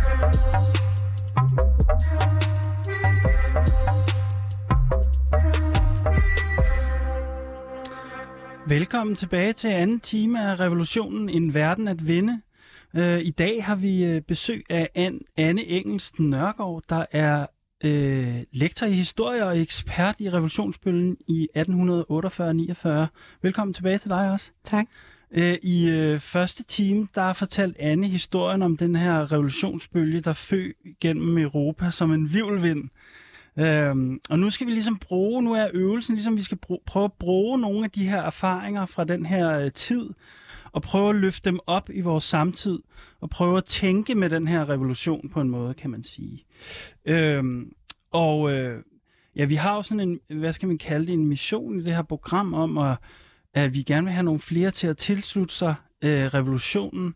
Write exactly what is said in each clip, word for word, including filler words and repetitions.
Velkommen tilbage til anden time af Revolutionen, en verden at vinde. Uh, I dag har vi uh, besøg af Anne Engels Nørgaard, der er uh, lektor i historie og ekspert i revolutionsbølgen i atten otteogfyrre niogfyrre. Velkommen tilbage til dig også. Tak. Uh, I uh, første time, der har fortalt Anne historien om den her revolutionsbølge, der føg gennem Europa som en hvirvelvind. Øhm, og nu skal vi ligesom bruge, nu er øvelsen ligesom, vi skal bruge, prøve at bruge nogle af de her erfaringer fra den her øh, tid, og prøve at løfte dem op i vores samtid, og prøve at tænke med den her revolution på en måde, kan man sige. Øhm, og øh, ja, vi har jo sådan en, hvad skal man kalde det, en mission i det her program om, at, at vi gerne vil have nogle flere til at tilslutte sig øh, revolutionen,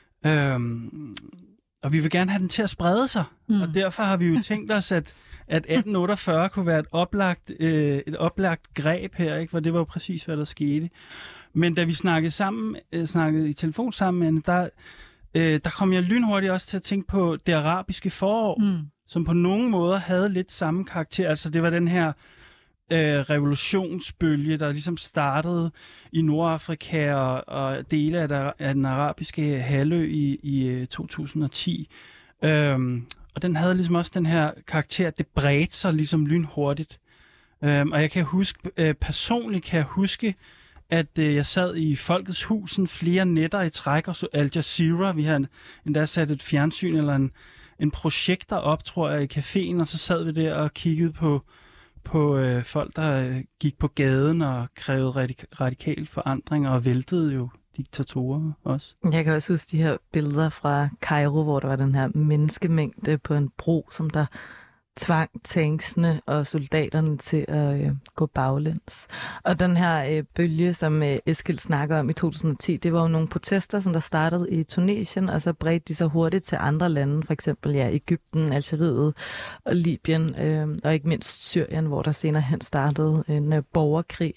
øhm, og vi vil gerne have den til at sprede sig, mm. og derfor har vi jo tænkt os, at at atten otteogfyrre kunne være et oplagt, øh, et oplagt greb her, ikke? For det var jo præcis, hvad der skete. Men da vi snakkede sammen, øh, snakkede i telefon sammen, der, øh, der kom jeg lynhurtigt også til at tænke på det arabiske forår, mm. som på nogle måder havde lidt samme karakter. Altså det var den her øh, revolutionsbølge, der ligesom startede i Nordafrika og, og dele af, der, af den arabiske halvø i, i to tusind og ti. Øhm, Og den havde ligesom også den her karakter, det bredte sig ligesom lynhurtigt. Øhm, og jeg kan huske, øh, personligt kan jeg huske, at øh, jeg sad i Folkets Husen flere nætter i træk og så Al Jazeera. Vi havde endda sat et fjernsyn eller en, en projektor op, tror jeg, i caféen, og så sad vi der og kiggede på, på øh, folk, der øh, gik på gaden og krævede radik- radikal forandring og væltede jo diktatorer også. Jeg kan også huske de her billeder fra Kairo, hvor der var den her menneskemængde på en bro, som der tvang tanksene og soldaterne til at øh, gå baglæns. Og den her øh, bølge, som øh, Eskild snakker om i to tusind og ti, det var jo nogle protester, som der startede i Tunesien, og så bredte de sig hurtigt til andre lande, for eksempel ja, Egypten, Algeriet og Libyen, øh, og ikke mindst Syrien, hvor der senere hen startede en øh, borgerkrig.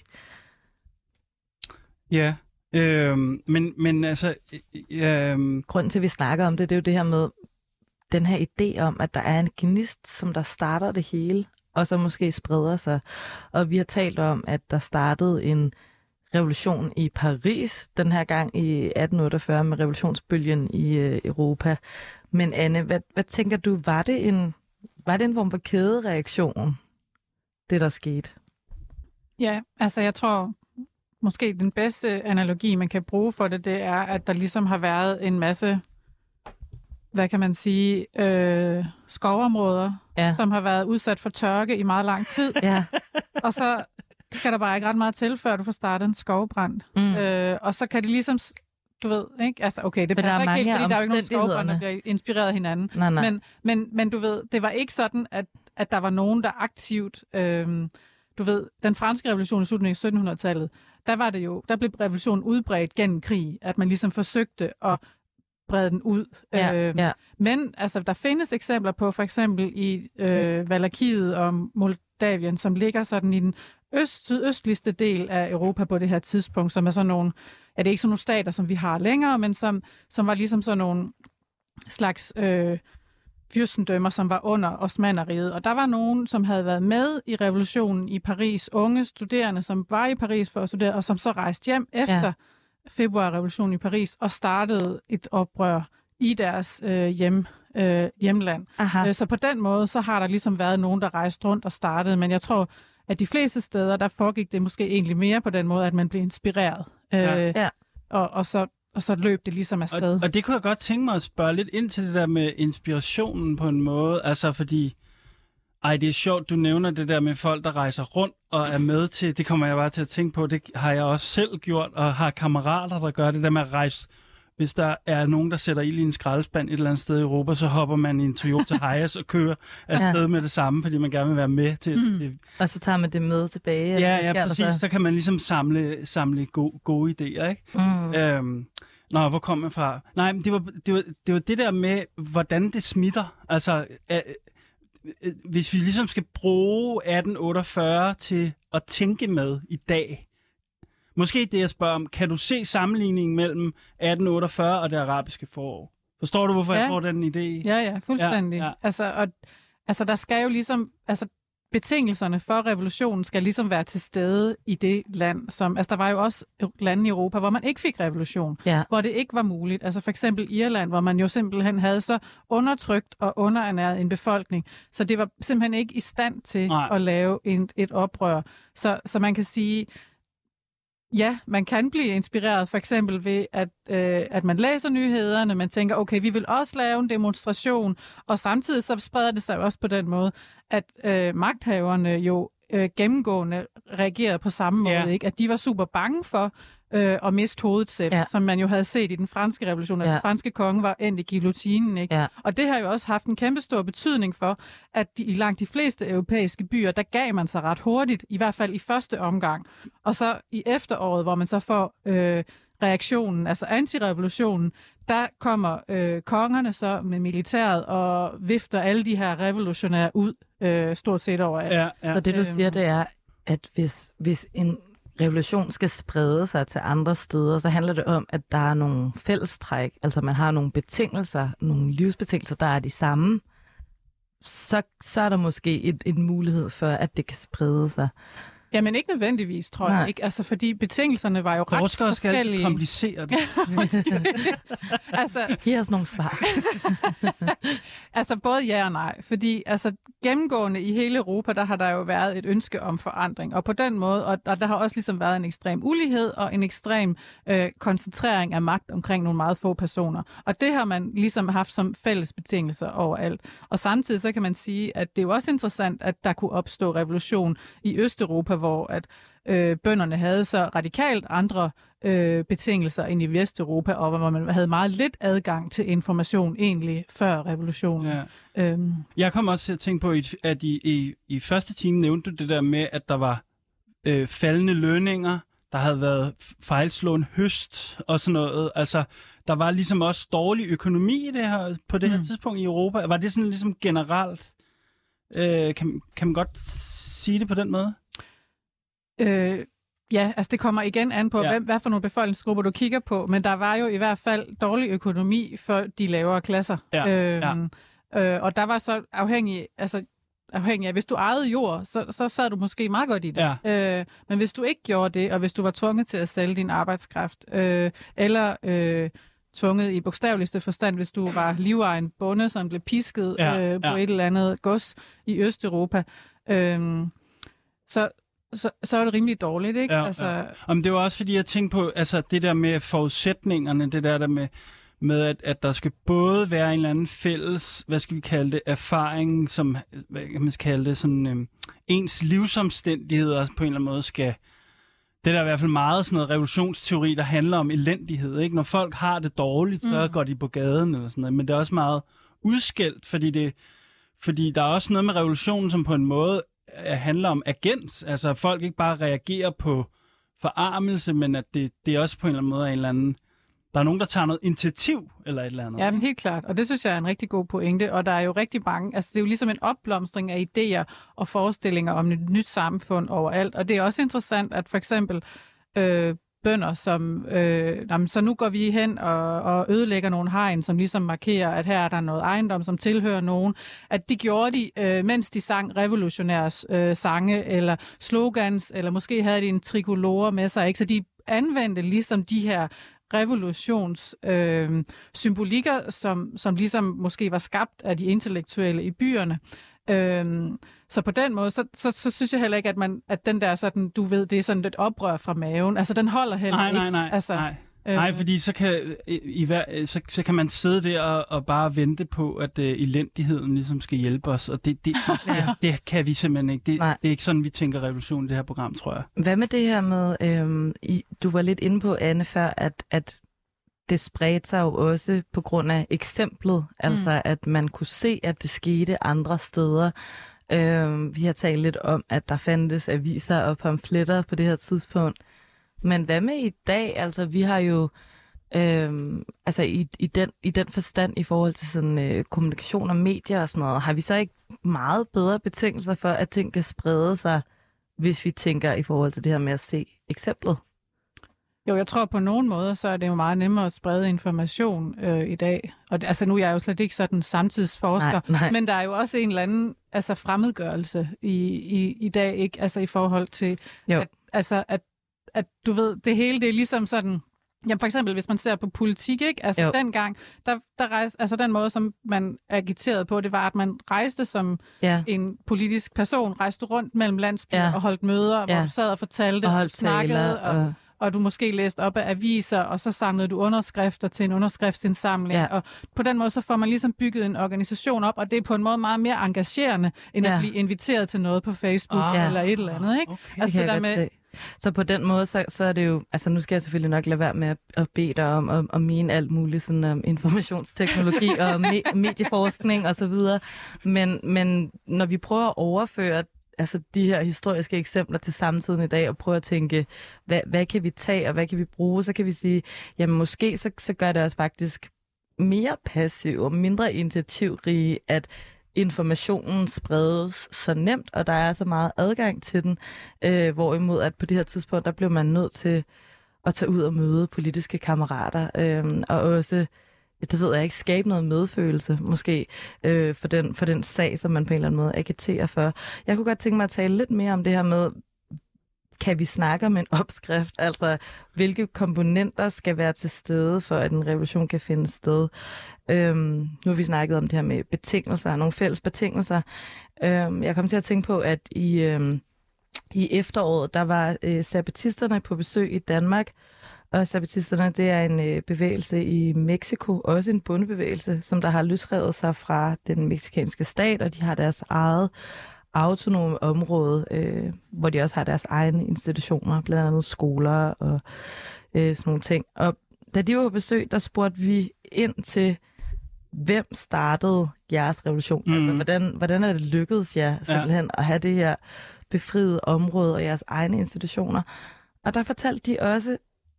Ja, Øhm, men, men altså... Øhm... Grunden til, at vi snakker om det, det er jo det her med den her idé om, at der er en gnist, som der starter det hele, og så måske spreder sig. Og vi har talt om, at der startede en revolution i Paris, den her gang i atten otteogfyrre med revolutionsbølgen i øh, Europa. Men Anne, hvad, hvad tænker du, var det en, var det en form for kædereaktion, det der skete? Ja, altså jeg tror... Måske den bedste analogi, man kan bruge for det, det er, at der ligesom har været en masse, hvad kan man sige, øh, skovområder, ja. som har været udsat for tørke i meget lang tid. Ja. Og så skal der bare ikke ret meget til, før du får startet en skovbrand. Mm. Øh, og så kan det ligesom, du ved, ikke? Altså, okay, det passer ikke helt, fordi der er jo ikke nogen skovbrand, der bliver inspireret af hinanden. Nej, nej. Men, men, men du ved, det var ikke sådan, at, at der var nogen, der aktivt, øh, du ved, den franske revolution i slutningen af syttenhundredetallet, der var det jo, der blev revolutionen udbredt gennem krig, at man ligesom forsøgte at brede den ud. Ja, øh, ja. Men altså, der findes eksempler på, for eksempel i øh, Valakiet og Moldavien, som ligger sådan i den øst, sydøstligste del af Europa på det her tidspunkt, som er sådan nogle, ja, det er ikke sådan nogle stater, som vi har længere, men som, som var ligesom sådan nogle slags øh, fyrstendømmer, som var under Osmannerriget. Og der var nogen, som havde været med i revolutionen i Paris, unge studerende, som var i Paris for at studere, og som så rejste hjem efter ja. februarrevolutionen i Paris og startede et oprør i deres øh, hjem, øh, hjemland. Aha. Så på den måde, så har der ligesom været nogen, der rejste rundt og startede, men jeg tror, at de fleste steder, der foregik det måske egentlig mere på den måde, at man blev inspireret. Ja. Øh, ja. Og, og så Og så løb det ligesom afsted. Og, og det kunne jeg godt tænke mig at spørge lidt ind til det der med inspirationen på en måde. Altså fordi, ej det er sjovt, du nævner det der med folk, der rejser rundt og er med til, det kommer jeg bare til at tænke på, det har jeg også selv gjort, og har kammerater, der gør det der med at rejse. Hvis der er nogen, der sætter ild i en skraldespand et eller andet sted i Europa, så hopper man i en Toyota Hiace og kører afsted ja. med det samme, fordi man gerne vil være med til mm. det. Og så tager man det med tilbage. Ja, ja, præcis. Så? så kan man ligesom samle, samle gode, gode idéer, ikke? Mm. Øhm, Nå, hvor kom jeg fra? Nej, men det var det, var, det var det der med, hvordan det smitter. Altså, øh, øh, hvis vi ligesom skal bruge atten otteogfyrre til at tænke med i dag. Måske det, jeg spørger om. Kan du se sammenligningen mellem atten otteogfyrre og det arabiske forår? Forstår du, hvorfor ja. jeg får den idé? Ja, ja, fuldstændig. Ja, ja. Altså, og, altså, der skal jo ligesom... Altså, betingelserne for revolutionen skal ligesom være til stede i det land, som... Altså, der var jo også lande i Europa, hvor man ikke fik revolution, ja. hvor det ikke var muligt. Altså, for eksempel Irland, hvor man jo simpelthen havde så undertrykt og underernæret en befolkning, så det var simpelthen ikke i stand til Nej. at lave en, et oprør. Så, så man kan sige... Ja, man kan blive inspireret for eksempel ved, at, øh, at man læser nyhederne, man tænker, okay, vi vil også lave en demonstration, og samtidig så spreder det sig også på den måde, at øh, magthaverne jo øh, gennemgående reagerede på samme måde, yeah. ikke? At de var super bange for øh, at miste hovedet selv, ja. Som man jo havde set i den franske revolution, at ja. Den franske konge var endt i guillotinen, ikke? Ja. Og det har jo også haft en kæmpe stor betydning for, at de, i langt de fleste europæiske byer, der gav man sig ret hurtigt, i hvert fald i første omgang. Og så i efteråret, hvor man så får øh, reaktionen, altså antirevolutionen, der kommer øh, kongerne så med militæret og vifter alle de her revolutionære ud, øh, stort set overalt. Ja, ja. Så det du siger, det er, at hvis, hvis en revolution skal sprede sig til andre steder, så handler det om, at der er nogle fællestræk, altså man har nogle betingelser, nogle livsbetingelser, der er de samme, så, så er der måske et, en mulighed for, at det kan sprede sig. Jamen ikke nødvendigvis, tror Nej. jeg ikke. Altså, fordi betingelserne var jo ret Forskere forskellige. Skal komplicere det. altså, Her er sådan nogle svar. altså både ja og nej. Fordi altså, gennemgående i hele Europa, der har der jo været et ønske om forandring. Og på den måde, og, og der har også ligesom været en ekstrem ulighed og en ekstrem øh, koncentrering af magt omkring nogle meget få personer. Og det har man ligesom haft som fælles betingelser overalt. Og samtidig så kan man sige, at det er jo også interessant, at der kunne opstå revolution i Østeuropa, hvor at øh, bønderne havde så radikalt andre øh, betingelser end i Vesteuropa, og hvor man havde meget lidt adgang til information egentlig før revolutionen. Ja. Øhm. Jeg kom også til at tænke på, at i, i, i første time nævnte du det der med, at der var øh, faldende lønninger, der havde været fejlslåen høst og sådan noget. Altså, der var ligesom også dårlig økonomi i det her, på det her mm. tidspunkt i Europa. Var det sådan ligesom generelt? Øh, kan, kan man godt sige det på den måde? Øh, ja, altså det kommer igen an på, ja. hvem, hvad for nogle befolkningsgrupper du kigger på, men der var jo i hvert fald dårlig økonomi for de lavere klasser. Ja. Øhm, ja. Øh, og der var så afhængig, altså afhængig af, hvis du ejede jord, så, så sad du måske meget godt i det. Ja. Øh, men hvis du ikke gjorde det, og hvis du var tvunget til at sælge din arbejdskraft, øh, eller øh, tvunget i bogstaveligste forstand, hvis du var livegen bonde, som blev pisket ja. øh, på ja. et eller andet gods i Østeuropa, øh, så Så, så er det rimelig dårligt, ikke? Ja, altså... ja. Jamen, det var også fordi, jeg tænkte på altså, det der med forudsætningerne, det der, der med, med at, at der skal både være en eller anden fælles, hvad skal vi kalde det, erfaring, som, hvad kan man kalde det, sådan øhm, ens livsomstændigheder på en eller anden måde skal... Det der er i hvert fald meget sådan noget revolutionsteori, der handler om elendighed, ikke? Når folk har det dårligt, så mm. går de på gaden eller sådan noget, men det er også meget udskældt, fordi, det, fordi der er også noget med revolutionen, som på en måde handler om agens, altså at folk ikke bare reagerer på forarmelse, men at det, det er også på en eller anden måde en eller anden, der er nogen, der tager noget initiativ eller et eller andet. Ja, men helt klart, og det synes jeg er en rigtig god pointe, og der er jo rigtig mange, altså det er jo ligesom en opblomstring af idéer og forestillinger om et nyt samfund overalt, og det er også interessant, at for eksempel øh, bønder, som, øh, jamen, så nu går vi hen og, og ødelægger nogle hegn, som ligesom markerer, at her er der noget ejendom, som tilhører nogen. At de gjorde de, øh, mens de sang revolutionære øh, sange, eller slogans, eller måske havde de en trikolore med sig, ikke? Så de anvendte ligesom de her revolutionssymbolikker, øh, som, som ligesom måske var skabt af de intellektuelle i byerne. Øh, Så på den måde, så, så, så synes jeg heller ikke, at, man, at den der sådan, du ved, det er sådan et oprør fra maven. Altså, den holder heller nej, ikke. Nej, nej, altså, nej. Øh, nej, fordi så kan, i, i, så, så kan man sidde der og, og bare vente på, at uh, elendigheden ligesom skal hjælpe os. Og det, det, ja. det kan vi simpelthen ikke. Det, det er ikke sådan, vi tænker revolution i det her program, tror jeg. Hvad med det her med, øhm, I, du var lidt inde på, Anne, før, at, at det spredte sig jo også på grund af eksemplet. Altså, mm. at man kunne se, at det skete andre steder. Øh, vi har talt lidt om, at der fandtes aviser og pamfletter på det her tidspunkt. Men hvad med i dag? Altså, vi har jo øh, altså i, i, den, i den forstand i forhold til sådan, øh, kommunikation og medier og sådan noget, har vi så ikke meget bedre betingelser for, at ting kan sprede sig, hvis vi tænker i forhold til det her med at se eksemplet? Jo, jeg tror på nogen måder, så er det jo meget nemmere at sprede information øh, i dag. Og altså nu er jeg jo slet ikke sådan samtidsforsker, nej, nej. Men der er jo også en eller anden altså fremmedgørelse i, i, i dag, ikke? Altså i forhold til, at, altså, at, at du ved, det hele det er ligesom sådan... Jamen for eksempel, hvis man ser på politik, ikke? Altså jo. dengang, der, der rejste, altså den måde, som man agiterede på, det var, at man rejste som ja. en politisk person, rejste rundt mellem landsbyer ja. og holdt møder, ja. hvor du sad og fortalte og, og snakkede, og, og, og du måske læste op af aviser, og så samlede du underskrifter til en underskriftsindsamling, ja. og på den måde, så får man ligesom bygget en organisation op, og det er på en måde meget mere engagerende, end ja. at blive inviteret til noget på Facebook oh. eller et eller andet, ikke? Okay. Altså det, det der med... Se. Så på den måde, så, så er det jo... Altså nu skal jeg selvfølgelig nok lade være med at, at bede dig om at, at mene alt muligt sådan um, informationsteknologi og me- medieforskning og så videre. Men, men når vi prøver at overføre altså, de her historiske eksempler til samtiden i dag og prøver at tænke, hvad, hvad kan vi tage og hvad kan vi bruge, så kan vi sige, jamen måske så, så gør det os faktisk mere passiv og mindre initiativrige, at informationen spredes så nemt, og der er så meget adgang til den, øh, hvorimod at på det her tidspunkt, der bliver man nødt til at tage ud og møde politiske kammerater, øh, og også, det ved jeg ikke, skabe noget medfølelse, måske, øh, for, den, for den sag, som man på en eller anden måde agiterer for. Jeg kunne godt tænke mig at tale lidt mere om det her med, kan vi snakke om en opskrift, altså hvilke komponenter skal være til stede, for at en revolution kan finde sted. Øhm, nu har vi snakket om det her med betingelser, nogle fælles betingelser. Øhm, jeg kom til at tænke på, at i, øhm, i efteråret, der var øh, zapatisterne på besøg i Danmark, og zapatisterne, det er en øh, bevægelse i Mexico, også en bondebevægelse, som der har løsrevet sig fra den mexikanske stat, og de har deres eget autonome område, øh, hvor de også har deres egne institutioner, blandt andet skoler og øh, sådan nogle ting. Og da de var på besøg, der spurgte vi ind til, hvem startede jeres revolution? Mm. Altså, hvordan, hvordan er det lykkedes jer simpelthen ja. at have det her befriede område og jeres egne institutioner? Og der fortalte de også,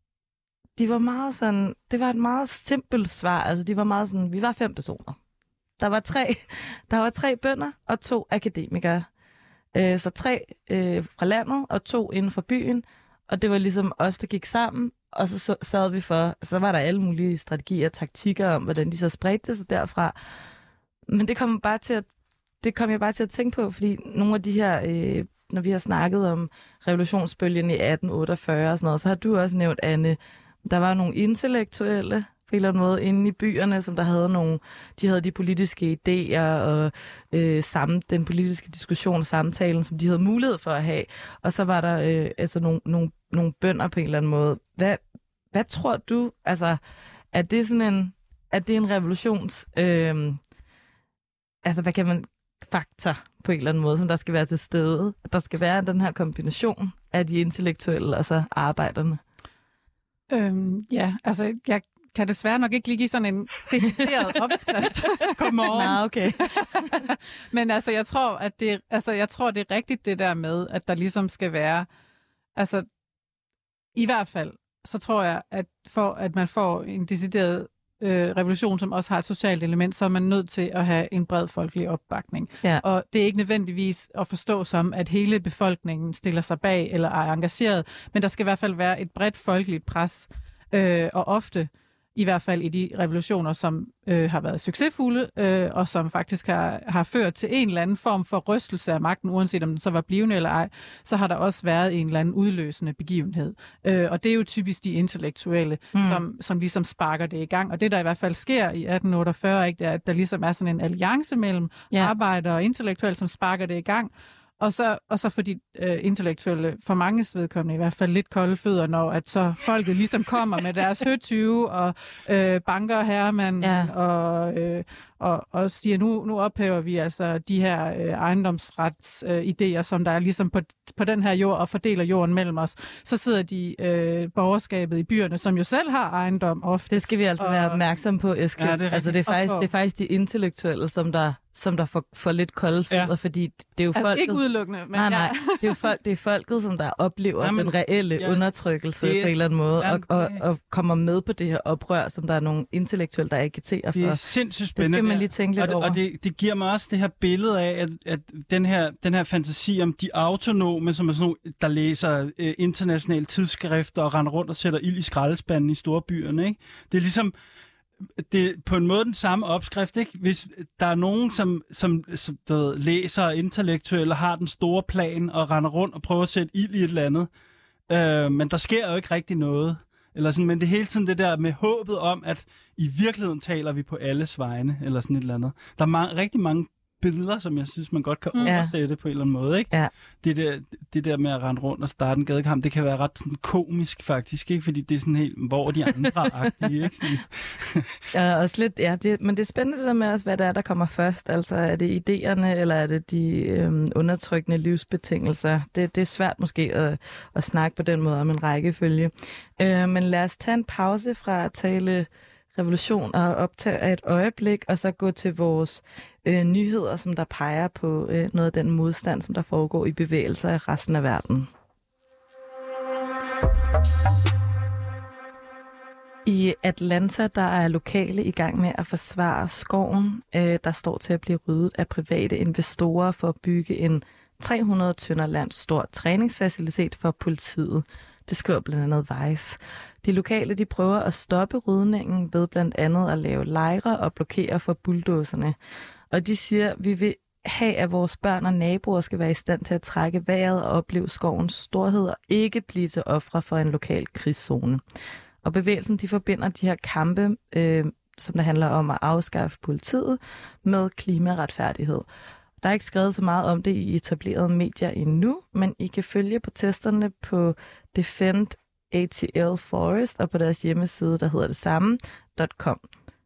de var meget sådan, det var et meget simpelt svar. Altså, de var meget sådan, vi var fem personer. Der var tre, der var tre bønder og to akademikere. Øh, så tre øh, fra landet og to inden for byen. Og det var ligesom os, der gik sammen. Og så, så sørgede vi for, så var der alle mulige strategier og taktikker om, hvordan de så spredte sig derfra. Men det kom, bare til at, det kom jeg bare til at tænke på, fordi nogle af de her, øh, når vi har snakket om revolutionsbølgen i atten otteogfyrre og sådan noget, så har du også nævnt, Anne, der var nogle intellektuelle på en eller anden måde inde i byerne, som der havde nogle, de havde de politiske idéer og øh, samme, den politiske diskussion og samtalen, som de havde mulighed for at have. Og så var der øh, altså nogle, nogle, nogle bønder på en eller anden måde. Hvad, hvad tror du, altså, er det sådan en, er det en revolutions, øh, altså hvad kan man, faktor på en eller anden måde, som der skal være til stede? Der skal være den her kombination af de intellektuelle og så arbejderne. Øhm, ja, altså jeg kan desværre nok ikke lige give sådan en decideret opskrift. Come on. Nå, okay. Men altså, jeg tror, at det, altså, jeg tror, det er rigtigt det der med, at der ligesom skal være, altså, i hvert fald, så tror jeg, at for at man får en decideret øh, revolution, som også har et socialt element, så er man nødt til at have en bred folkelig opbakning. Ja. Og det er ikke nødvendigvis at forstå som, at hele befolkningen stiller sig bag eller er engageret, men der skal i hvert fald være et bredt folkeligt pres, øh, og ofte i hvert fald i de revolutioner, som øh, har været succesfulde, øh, og som faktisk har, har ført til en eller anden form for rystelse af magten, uanset om den så var blivende eller ej, så har der også været en eller anden udløsende begivenhed. Øh, og det er jo typisk de intellektuelle, mm. som, som ligesom sparker det i gang. Og det, der i hvert fald sker i atten otteogfyrre, ikke, det er, at der ligesom er sådan en alliance mellem ja. arbejdere og intellektuelle, som sparker det i gang. Og så, og så for de øh, intellektuelle, for manges vedkommende i hvert fald lidt kolde fødder, når at så folket ligesom kommer med deres høtyve og øh, banker herremanden ja. og, øh, og, og siger, nu, nu ophæver vi altså de her øh, ejendomsretsidéer, øh, som der er ligesom på, på den her jord og fordeler jorden mellem os. Så sidder de øh, borgerskabet i byerne, som jo selv har ejendom ofte. Det skal vi altså og, være opmærksom på, Eskild. Ja, det er, altså, det er, faktisk, og, det er faktisk de intellektuelle, som der som der får, får lidt kolde fødder, ja. fordi det er jo altså, folket... ikke udelukkende, men nej, ja. nej, det er jo folk, det er folket, som der oplever Jamen, den reelle ja, undertrykkelse på en eller anden måde, ja, og, og, og kommer med på det her oprør, som der er nogle intellektuelle, der agiterer for. Det er sindssygt spændende. Det skal man lige tænke lidt og det, over. Og det, det giver mig også det her billede af, at, at den, her, den her fantasi om de autonome, som er sådan nogle, der læser øh, internationale tidsskrifter og render rundt og sætter ild i skraldespanden i storbyerne, ikke? Det er ligesom... Det er på en måde den samme opskrift, ikke? Hvis der er nogen, som, som, som du ved, læser intellektuelle, har den store plan og render rundt og prøver at sætte ild i et eller andet, øh, men der sker jo ikke rigtig noget. Eller sådan, men det er hele tiden det der med håbet om, at i virkeligheden taler vi på alles vegne, eller sådan et eller andet. Der er ma- rigtig mange billeder, som jeg synes, man godt kan mm. oversætte på en eller anden måde, ikke? Ja. Det, der, det der med at rende rundt og starte en gadekamp, det kan være ret sådan komisk faktisk, ikke? Fordi det er sådan helt, hvor er de andre-agtige, ikke? Sådan. Ja, også lidt, ja, det, men det er spændende det der med også, hvad det er, der kommer først. Altså, er det idéerne, eller er det de øhm, undertrykkende livsbetingelser? Det, det er svært måske at, at snakke på den måde om en rækkefølge. Øh, men lad os tage en pause fra at tale revolution og optage et øjeblik, og så gå til vores øh, nyheder, som der peger på øh, noget af den modstand, som der foregår i bevægelser i resten af verden. I Atlanta, der er lokale i gang med at forsvare skoven, øh, der står til at blive ryddet af private investorer for at bygge en tre hundrede tønder land stor træningsfacilitet for politiet. Det skriver blandt andet Vice. De lokale de prøver at stoppe rydningen ved blandt andet at lave lejre og blokere for bulldozerne. Og de siger, at vi vil have, at vores børn og naboer skal være i stand til at trække vejret og opleve skovens storhed og ikke blive til ofre for en lokal krigszone. Og bevægelsen de forbinder de her kampe, øh, som der handler om at afskaffe politiet, med klimaretfærdighed. Der er ikke skrevet så meget om det i etablerede medier endnu, men I kan følge protesterne på Defend A T L Forest og på deres hjemmeside, der hedder det samme, .com.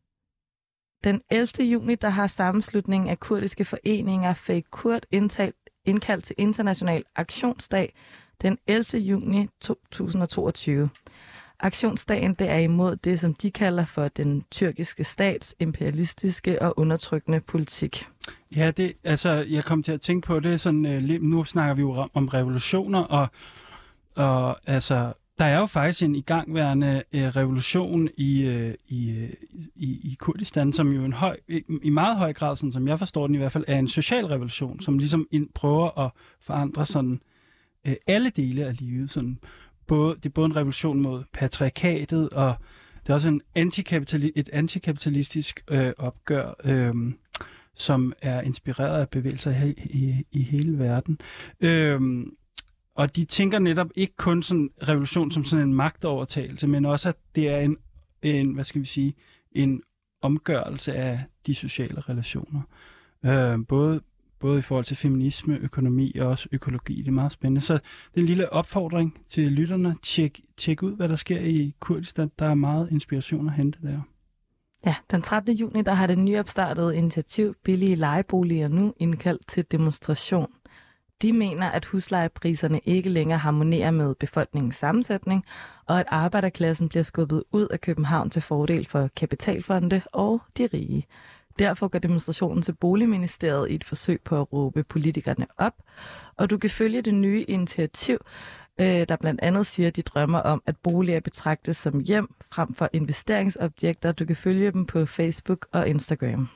Den ellevte juni, der har sammenslutningen af kurdiske foreninger Fake Kurd indkaldt til International Aktionsdag den ellevte juni to tusind og toogtyve. Aktionsdagen det er imod det, som de kalder for den tyrkiske stats imperialistiske og undertrykkende politik. Ja, det, altså, jeg kom til at tænke på det, sådan, øh, nu snakker vi jo om, om revolutioner, og, og altså, der er jo faktisk en igangværende øh, revolution i, øh, i, øh, i, i Kurdistan, som jo en høj, i, i meget høj grad, sådan, som jeg forstår den i hvert fald, er en social revolution, som ligesom ind, prøver at forandre sådan, øh, alle dele af livet, sådan. Både, det er både en revolution mod patriarkatet, og det er også en antikapitali- et antikapitalistisk øh, opgør, øh, som er inspireret af bevægelser i, i, i hele verden. Øh, og de tænker netop ikke kun sådan revolution som sådan en magtovertagelse, men også, at det er en, en hvad skal vi sige, en omgørelse af de sociale relationer. Øh, både Både i forhold til feminisme, økonomi og også økologi. Det er meget spændende. Så det er en lille opfordring til lytterne. Tjek, tjek ud, hvad der sker i Kurdistan. Der er meget inspiration at hente der. Ja, den trettende juni, der har det nyopstartede initiativ Billige Lejeboliger nu indkaldt til demonstration. De mener, at huslejepriserne ikke længere harmonerer med befolkningens sammensætning, og at arbejderklassen bliver skubbet ud af København til fordel for kapitalfonde og de rige. Derfor går demonstrationen til Boligministeriet i et forsøg på at råbe politikerne op, og du kan følge det nye initiativ, øh, der blandt andet siger, at de drømmer om, at boliger betragtes som hjem frem for investeringsobjekter. Du kan følge dem på Facebook og Instagram.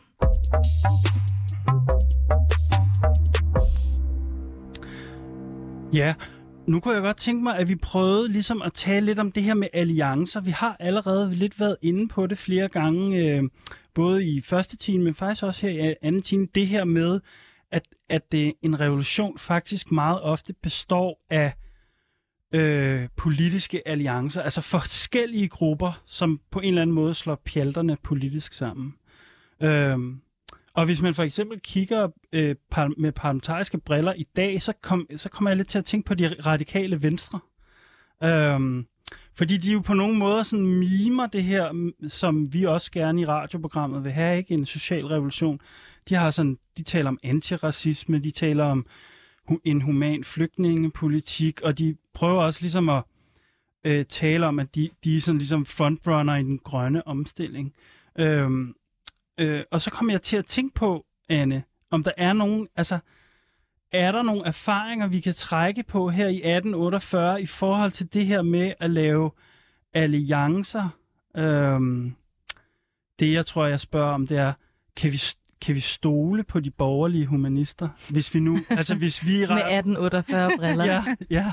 Ja, nu kunne jeg godt tænke mig, at vi prøvede ligesom at tale lidt om det her med alliancer. Vi har allerede lidt været inde på det flere gange, øh, både i første time, men faktisk også her i anden time. Det her med, at, at det, en revolution faktisk meget ofte består af øh, politiske alliancer, altså forskellige grupper, som på en eller anden måde slår pjalterne politisk sammen. Øh, Og hvis man for eksempel kigger øh, par, med parlamentariske briller i dag, så, kom, så kommer jeg lidt til at tænke på de radikale venstre. Øhm, fordi de jo på nogle måder sådan mimer det her, som vi også gerne i radioprogrammet vil have, ikke? En social revolution. De har sådan, de taler om antiracisme, de taler om hu- en human flygtningepolitik, og de prøver også ligesom at øh, tale om, at de, de er sådan ligesom frontrunner i den grønne omstilling. Øhm, Øh, og så kom jeg til at tænke på, Anne, om der er nogen, altså, er der nogle erfaringer, vi kan trække på her i atten otteogfyrre i forhold til det her med at lave alliancer? Øhm, det, jeg tror, jeg spørger om, det er, kan vi, kan vi stole på de borgerlige humanister? Hvis vi nu, altså hvis vi... Med atten otteogfyrre briller. ja, ja.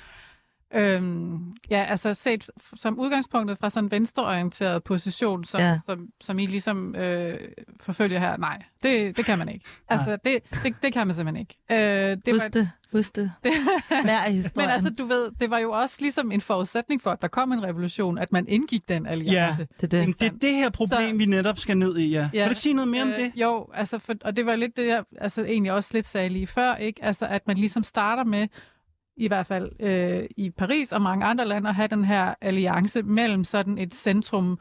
Øhm, ja, altså set som udgangspunktet fra sådan en venstreorienteret position, som, ja. som, som I ligesom øh, forfølger her, nej, det, det kan man ikke. Altså, det, det, det kan man simpelthen ikke. Øh, det husk var, det, husk det. Lær af historien. Men altså, du ved, det var jo også ligesom en forudsætning for, at der kom en revolution, at man indgik den alliance. Ja, det, det. det er det her problem, så, vi netop skal ned i, ja. ja. Kan du ikke sige noget mere øh, om det? Jo, altså, for, og det var lidt det, jeg altså, egentlig også lidt sagde lige før, ikke? Altså, at man ligesom starter med, i hvert fald øh, i Paris og mange andre lande, at have den her alliance mellem sådan et centrum,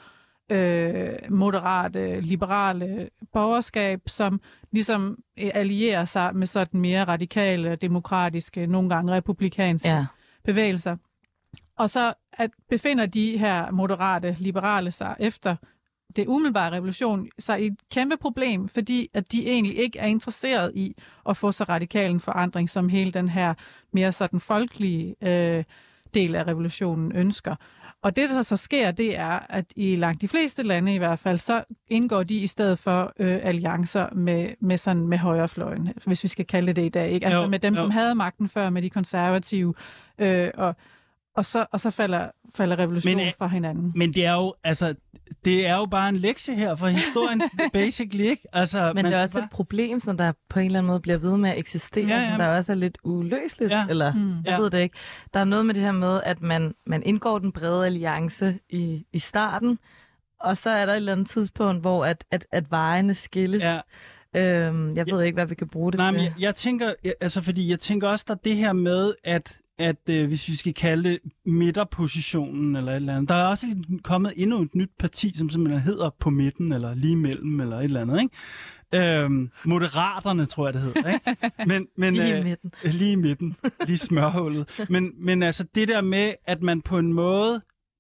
øh, moderate, liberale borgerskab, som ligesom allierer sig med sådan mere radikale, demokratiske, nogle gange republikanske ja. bevægelser. Og så at befinder de her moderate, liberale sig efter det umiddelbare revolution sig i et kæmpe problem, fordi at de egentlig ikke er interesseret i at få så radikal en forandring, som hele den her mere sådan folkelige øh, del af revolutionen ønsker. Og det, der så sker, det er, at i langt de fleste lande i hvert fald, så indgår de i stedet for øh, alliancer med, med, sådan, med højrefløjen, hvis vi skal kalde det det i dag. Ikke? Altså jo, med dem, jo. som havde magten før, med de konservative, øh, og Og så, og så falder, falder revolutionen men, fra hinanden. Men det er jo, altså, det er jo bare en lektie her fra historien, basically, ikke? Altså, men det er også bare... et problem, som der på en eller anden måde bliver ved med at eksistere, ja, ja. som der også er lidt uløseligt, ja. eller mm. jeg ja. ved det ikke. Der er noget med det her med, at man, man indgår den brede alliance i, i starten, og så er der et eller andet tidspunkt, hvor at, at, at vejene skilles. Ja. Øhm, jeg ved ja. ikke, hvad vi kan bruge det Nej, til. Men jeg, jeg tænker, altså, fordi jeg tænker også, der er det her med, at at øh, hvis vi skal kalde det midterpositionen eller et eller andet. Der er også kommet endnu et nyt parti, som simpelthen hedder på midten, eller lige mellem, eller et eller andet, ikke? Øhm, Moderaterne, tror jeg, det hedder, ikke? Men, men, lige i midten. Øh, lige i midten. Lige smørhullet. Men, men altså det der med, at man på en måde,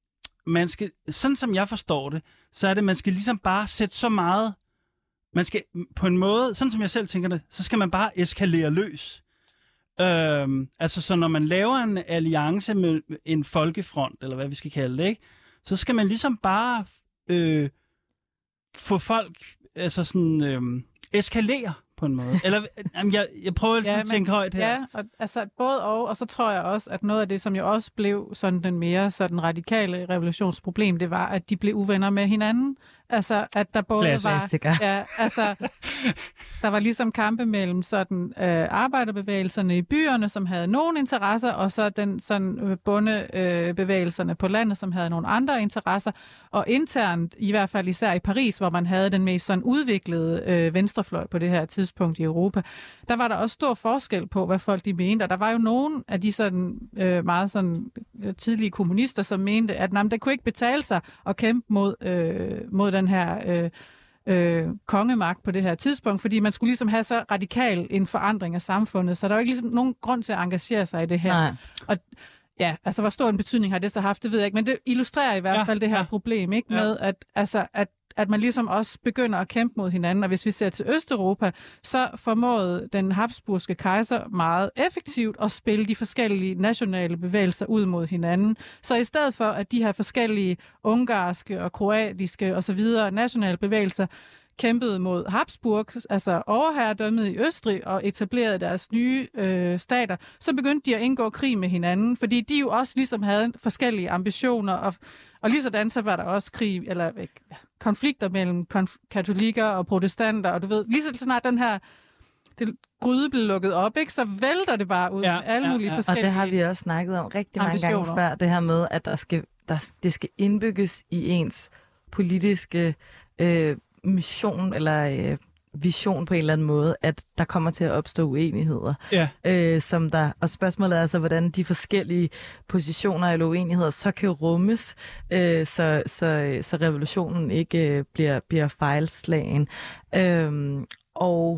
man skal, sådan som jeg forstår det, så er det, man skal ligesom bare sætte så meget, man skal på en måde, sådan som jeg selv tænker det, så skal man bare eskalere løs. Øhm, altså, så når man laver en alliance med en folkefront, eller hvad vi skal kalde det, ikke? Så skal man ligesom bare øh, få folk, altså sådan, øh, eskalere på en måde. Eller, jamen, jeg, jeg prøver ja, at tænke men, højt her. Ja, og, altså både og, og så tror jeg også, at noget af det, som jo også blev sådan den mere sådan radikale revolutionsproblem, det var, at de blev uvenner med hinanden. Altså, at der både Klassiker. var... Ja, altså, der var ligesom kampe mellem sådan øh, arbejderbevægelserne i byerne, som havde nogle interesser, og så den sådan bondebevægelserne øh, på landet, som havde nogle andre interesser. Og internt, i hvert fald især i Paris, hvor man havde den mest sådan udviklede øh, venstrefløj på det her tidspunkt i Europa, der var der også stor forskel på, hvad folk de mente. Og der var jo nogle af de sådan øh, meget sådan tidlige kommunister, som mente, at nej, det kunne ikke betale sig at kæmpe mod, øh, mod den her øh, øh, kongemagt på det her tidspunkt, fordi man skulle ligesom have så radikal en forandring af samfundet, så der var ikke ligesom nogen grund til at engagere sig i det her. Nej. Og ja, altså hvor stor en betydning har det så haft, det ved jeg ikke, men det illustrerer i hvert ja, fald det her ja. problem, ikke, med ja. at, altså, at at man ligesom også begynder at kæmpe mod hinanden. Og hvis vi ser til Østeuropa, så formåede den habsburgske kejser meget effektivt at spille de forskellige nationale bevægelser ud mod hinanden. Så i stedet for, at de her forskellige ungarske og kroatiske osv. nationale bevægelser kæmpede mod Habsburg, altså overherredømmet i Østrig, og etablerede deres nye øh, stater, så begyndte de at indgå krig med hinanden, fordi de jo også ligesom havde forskellige ambitioner, og, og lige sådan så var der også krig, eller ikke, konflikter mellem konf- katolikker og protestanter, og du ved, lige så snart den her det gryde blev lukket op, ikke, så vælter det bare ud ja, med alle mulige ja, ja. forskellige Og det har vi også snakket om rigtig mange ambitioner. gange før, det her med, at der skal, der, det skal indbygges i ens politiske øh, mission eller øh, vision på en eller anden måde, at der kommer til at opstå uenigheder. Ja. Øh, som der, og spørgsmålet er altså, hvordan de forskellige positioner eller uenigheder så kan rummes, øh, så, så, så revolutionen ikke øh, bliver, bliver fejlslagen. Øh, og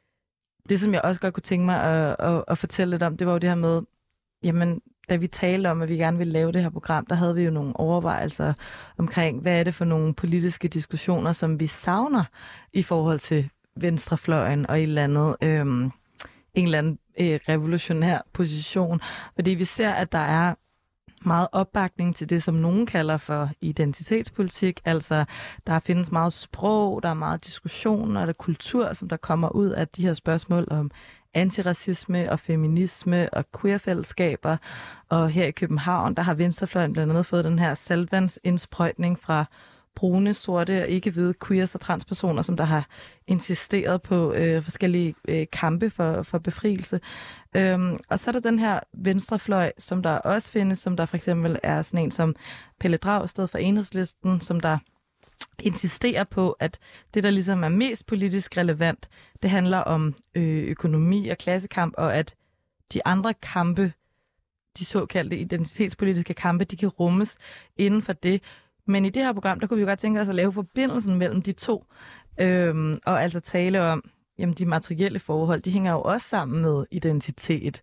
det, som jeg også godt kunne tænke mig at, at, at fortælle lidt om, det var jo det her med, jamen, da vi talte om, at vi gerne ville lave det her program, der havde vi jo nogle overvejelser omkring, hvad er det for nogle politiske diskussioner, som vi savner i forhold til venstrefløjen og et eller andet, øh, en eller anden øh, revolutionær position. Fordi vi ser, at der er meget opbakning til det, som nogen kalder for identitetspolitik. Altså, der findes meget sprog, der er meget diskussion, og der er kultur, som der kommer ud af de her spørgsmål om antiracisme og feminisme og queerfællesskaber. Og her i København, der har venstrefløjen blandt andet fået den her saltvandsindsprøjtning fra brune, sorte og ikke-hvide queers og transpersoner, som der har insisteret på øh, forskellige øh, kampe for, for befrielse. Øhm, og så er der den her venstrefløj, som der også findes, som der for eksempel er sådan en som Pelle Dragsted fra Enhedslisten, som der insisterer på, at det, der ligesom er mest politisk relevant, det handler om øh, økonomi og klassekamp, og at de andre kampe, de såkaldte identitetspolitiske kampe, de kan rummes inden for det. Men i det her program, der kunne vi jo godt tænke os at lave forbindelsen mellem de to, øhm, og altså tale om, jamen de materielle forhold, de hænger jo også sammen med identitet.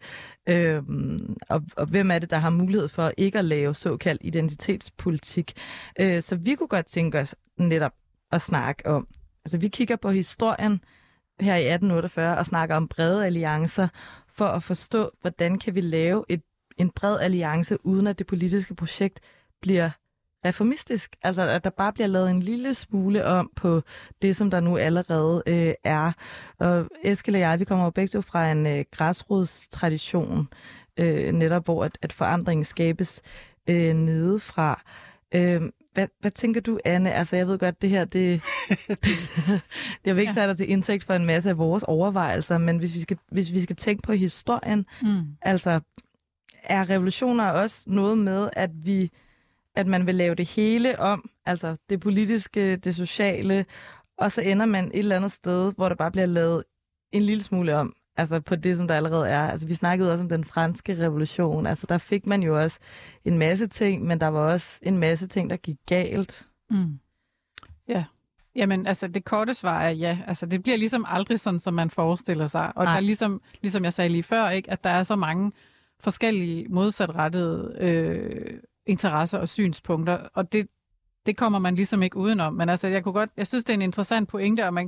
Øhm, og, og hvem er det, der har mulighed for ikke at lave såkaldt identitetspolitik? Øh, så vi kunne godt tænke os netop at snakke om, altså vi kigger på historien her i atten otteogfyrre og snakker om brede alliancer for at forstå, hvordan kan vi lave et, en bred alliance, uden at det politiske projekt bliver reformistisk, altså at der bare bliver lavet en lille smule om på det, som der nu allerede øh, er. Og Eskild og jeg, vi kommer jo begge to fra en øh, græsrodstradition, øh, netop hvor at, at forandringen skabes øh, nedefra. Øh, hvad, hvad tænker du, Anne? Altså jeg ved godt, det her, det, det jeg vil ikke tage dig til indtægt for en masse af vores overvejelser, men hvis vi skal, hvis vi skal tænke på historien, mm. altså er revolutioner også noget med, at vi at man vil lave det hele om, altså det politiske, det sociale, og så ender man et eller andet sted, hvor der bare bliver lavet en lille smule om, altså på det, som der allerede er. Altså vi snakkede også om den franske revolution, altså der fik man jo også en masse ting, men der var også en masse ting, der gik galt. Mm. Ja, jamen altså det korte svar er ja, altså det bliver ligesom aldrig sådan, som man forestiller sig, og Nej. der er ligesom, ligesom jeg sagde lige før, ikke, at der er så mange forskellige modsatrettede øh, interesser og synspunkter, og det, det kommer man ligesom ikke udenom. Men altså, jeg kunne godt, jeg synes, det er en interessant pointe, og man,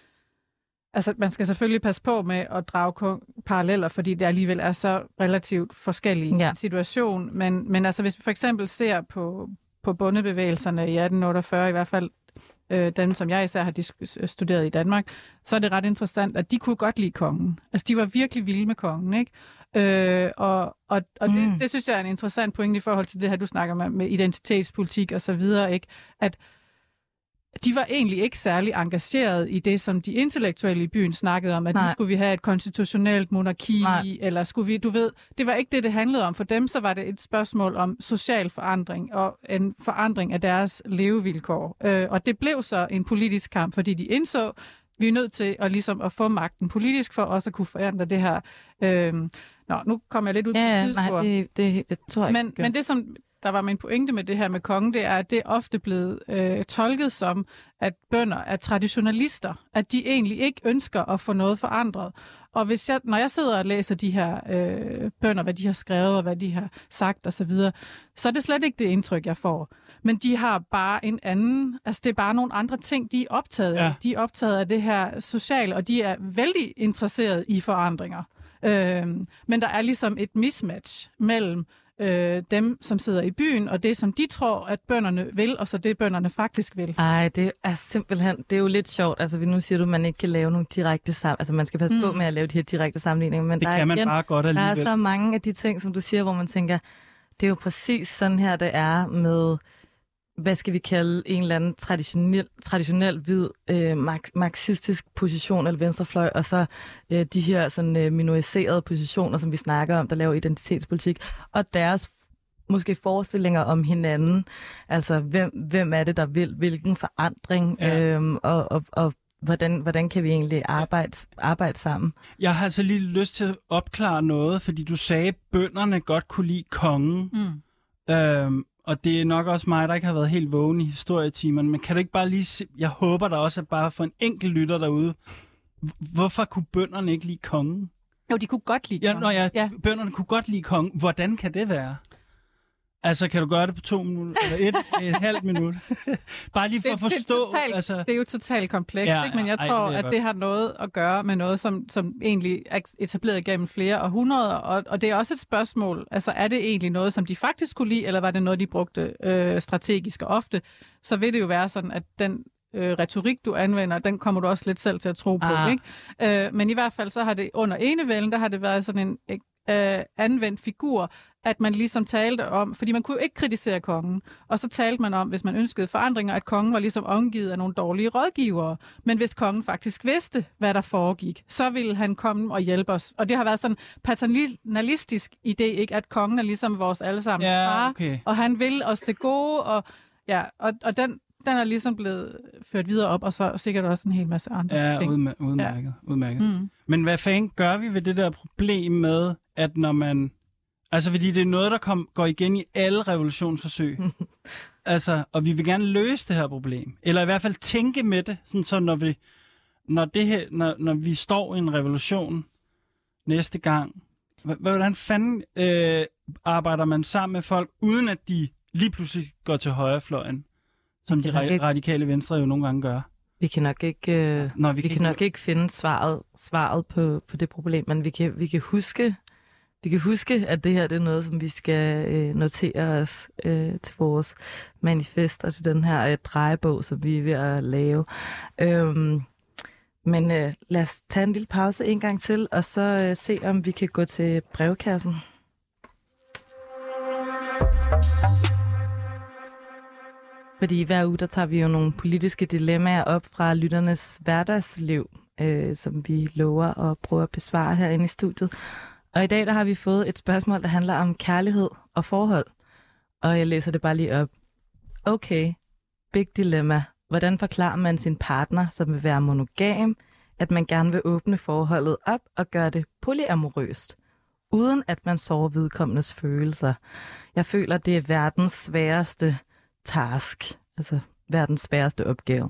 altså, man skal selvfølgelig passe på med at drage paralleller, fordi det alligevel er så relativt forskellige ja. situation. Men, men altså, hvis vi for eksempel ser på, på bondebevægelserne i atten otteogfyrre, i hvert fald øh, dem, som jeg især har dis- studeret i Danmark, så er det ret interessant, at de kunne godt lide kongen. Altså, de var virkelig vilde med kongen, ikke? Øh, og og, og mm. det, det synes jeg er en interessant pointe i forhold til det her, du snakker med, med identitetspolitik og så videre, ikke? At de var egentlig ikke særlig engageret i det, som de intellektuelle i byen snakkede om, at Nej. nu skulle vi have et konstitutionelt monarki, Nej. eller skulle vi, du ved, det var ikke det, det handlede om. For dem så var det et spørgsmål om social forandring og en forandring af deres levevilkår. Øh, og det blev så en politisk kamp, fordi de indså, vi er nødt til at, ligesom, at få magten politisk for også at kunne forandre det her. Øh, Nå, nu kommer jeg lidt ud på ja, tidsspor. Nej, det, det, det tror jeg men, ikke. Men det, som der var min pointe med det her med kongen, det er, at det er ofte blevet øh, tolket som, at bønder er traditionalister. At de egentlig ikke ønsker at få noget forandret. Og hvis jeg, når jeg sidder og læser de her øh, bønder, hvad de har skrevet og hvad de har sagt osv., så, så er det slet ikke det indtryk, jeg får. Men de har bare en anden, altså det er bare nogle andre ting, de er optaget af. Ja. De er optaget af det her sociale, og de er vældig interesserede i forandringer. Øh, men der er ligesom et mismatch mellem øh, dem, som sidder i byen, og det, som de tror, at bønderne vil, og så det, bønderne faktisk vil. Ej, det er simpelthen, det er jo lidt sjovt. Altså, nu siger du, at man ikke kan lave nogle direkte sammen. Altså, man skal passe mm. på med at lave de her direkte sammenligninger. Men det der kan er, man igen, bare godt alligevel. Der er så mange af de ting, som du siger, hvor man tænker, det er jo præcis sådan her, det er med, hvad skal vi kalde, en eller anden traditionel, traditionel hvid øh, marxistisk position eller venstrefløj, og så øh, de her sådan, øh, minoriserede positioner, som vi snakker om, der laver identitetspolitik, og deres måske forestillinger om hinanden. Altså, hvem, hvem er det, der vil hvilken forandring, ja. øhm, og, og, og hvordan, hvordan kan vi egentlig arbejde, arbejde sammen? Jeg har altså lige lyst til at opklare noget, fordi du sagde, at bønderne godt kunne lide kongen. Mm. Øhm, og det er nok også mig, der ikke har været helt vågen i historietimerne, men kan du ikke bare lige se, jeg håber der også er bare for en enkelt lytter derude, hvorfor kunne bønderne ikke lide kongen? Jo, de kunne godt lide kongen. Ja, når jeg, ja. Bønderne kunne godt lide kongen. Hvordan kan det være? Altså, kan du gøre det på to minutter? Eller et, et halvt minut? Bare lige for det, at forstå... Det er, totalt, altså... det er jo totalt komplekst, ja, ikke? Men jeg ej, tror, det at det har noget at gøre med noget, som, som egentlig er etableret gennem flere århundreder, og, og det er også et spørgsmål. Altså, er det egentlig noget, som de faktisk kunne lide, eller var det noget, de brugte øh, strategisk og ofte? Så vil det jo være sådan, at den øh, retorik, du anvender, den kommer du også lidt selv til at tro på, ah. ikke? Øh, men i hvert fald, så har det under enevælden, der har det været sådan en øh, anvendt figur, at man ligesom talte om, fordi man kunne jo ikke kritisere kongen, og så talte man om, hvis man ønskede forandringer, at kongen var ligesom omgivet af nogle dårlige rådgivere. Men hvis kongen faktisk vidste, hvad der foregik, så ville han komme og hjælpe os. Og det har været sådan en paternalistisk idé, ikke, at kongen er ligesom vores allesammens ja, far, okay. og han vil os det gode, og, ja, og, og den, den er ligesom blevet ført videre op, og så sikkert også en hel masse andre ja, ting. Udmærket, udmærket. Ja, udmærket. Mm. Men hvad fanden gør vi ved det der problem med, at når man... Altså, fordi det er noget, der kom, går igen i alle revolutionsforsøg. altså, og vi vil gerne løse det her problem. Eller i hvert fald tænke med det, sådan så når vi, når det her, når, når vi står i en revolution næste gang, hvordan fanden øh, arbejder man sammen med folk, uden at de lige pludselig går til højrefløjen, som de ra- ikke... radikale venstre jo nogle gange gør? Vi kan nok ikke, øh, Nå, vi vi kan, kan nok ikke finde svaret, svaret på, på det problem, men vi kan, vi kan huske... Vi kan huske, at det her det er noget, som vi skal øh, notere os øh, til vores manifest og til den her øh, drejebog, som vi er ved at lave. Øhm, men øh, lad os tage en lille pause en gang til, og så øh, se, om vi kan gå til brevkassen. Fordi hver uge, der tager vi jo nogle politiske dilemmaer op fra lytternes hverdagsliv, øh, som vi lover at prøve at besvare herinde i studiet. Og i dag der har vi fået et spørgsmål, der handler om kærlighed og forhold. Og jeg læser det bare lige op. Okay, big dilemma. Hvordan forklarer man sin partner, som vil være monogam, at man gerne vil åbne forholdet op og gøre det polyamorøst, uden at man sårer vedkommendes følelser? Jeg føler, det er verdens sværeste task. Altså verdens sværeste opgave.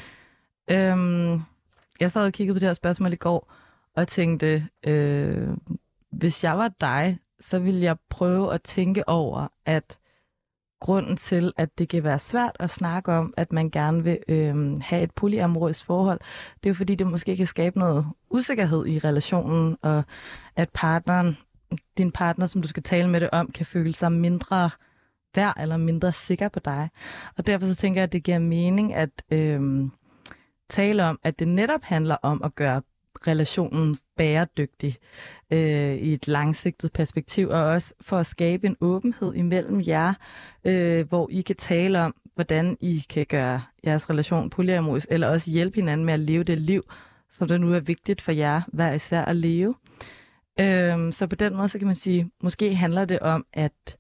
Øhm, jeg sad og kiggede på det her spørgsmål i går, og tænkte... Øh, Hvis jeg var dig, så ville jeg prøve at tænke over, at grunden til, at det kan være svært at snakke om, at man gerne vil øh, have et polyamorøst forhold, det er jo fordi, det måske kan skabe noget usikkerhed i relationen, og at partneren, din partner, som du skal tale med det om, kan føle sig mindre værd eller mindre sikker på dig. Og derfor så tænker jeg, at det giver mening at øh, tale om, at det netop handler om at gøre relationen bæredygtig øh, i et langsigtet perspektiv, og også for at skabe en åbenhed imellem jer, øh, hvor I kan tale om, hvordan I kan gøre jeres relation polyamorøs, eller også hjælpe hinanden med at leve det liv, som det nu er vigtigt for jer hver især at leve. Øh, så på den måde, så kan man sige, måske handler det om at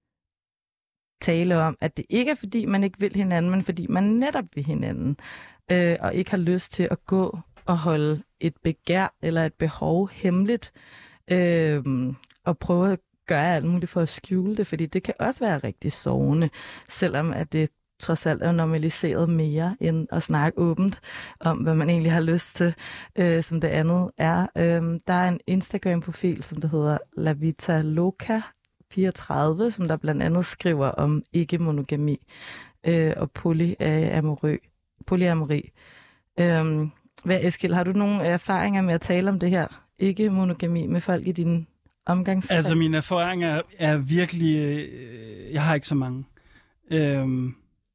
tale om, at det ikke er fordi, man ikke vil hinanden, men fordi man netop vil hinanden, øh, og ikke har lyst til at gå og holde et begær eller et behov hemmeligt, øh, og prøve at gøre alt muligt for at skjule det, fordi det kan også være rigtig sårende, selvom at det trods alt er normaliseret mere end at snakke åbent om, hvad man egentlig har lyst til, øh, som det andet er. Øh, der er en Instagram-profil, som der hedder Lavita Loca fireogtredive, som der blandt andet skriver om ikke-monogami øh, og polyamori. polyamori. Øh, Hvad, Eskild, har du nogle erfaringer med at tale om det her ikke-monogami med folk i din omgangskreds? Altså, mine erfaringer er, er virkelig... Øh, jeg har ikke så mange. Øhm,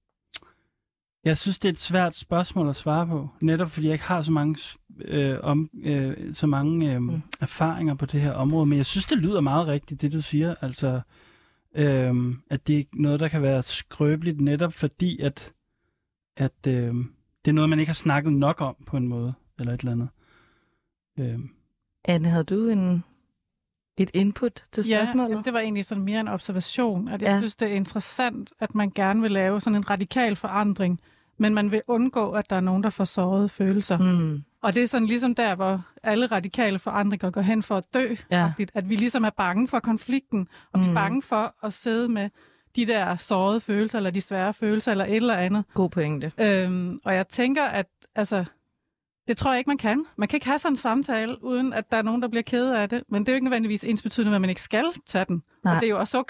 jeg synes, det er et svært spørgsmål at svare på, netop fordi jeg ikke har så mange, øh, om, øh, så mange øh, mm. erfaringer på det her område. Men jeg synes, det lyder meget rigtigt, det du siger. Altså, øh, at det er noget, der kan være skrøbeligt, netop fordi, at... at øh, det er noget, man ikke har snakket nok om på en måde, eller et eller andet. Øhm. Anne, havde du en, et input til spørgsmålet? Ja, det var egentlig sådan mere en observation, at jeg ja. synes, det er interessant, at man gerne vil lave sådan en radikal forandring, men man vil undgå, at der er nogen, der får sårede følelser. Mm. Og det er sådan ligesom der, hvor alle radikale forandringer går hen for at dø, ja. at vi ligesom er bange for konflikten, og mm. vi er bange for at sidde med de der sårede følelser, eller de svære følelser, eller et eller andet. God pointe. Øhm, og jeg tænker, at altså, det tror jeg ikke, man kan. Man kan ikke have sådan en samtale, uden at der er nogen, der bliver ked af det. Men det er jo ikke nødvendigvis ensbetydende, at man ikke skal tage den. Nej. Og det er jo også okay.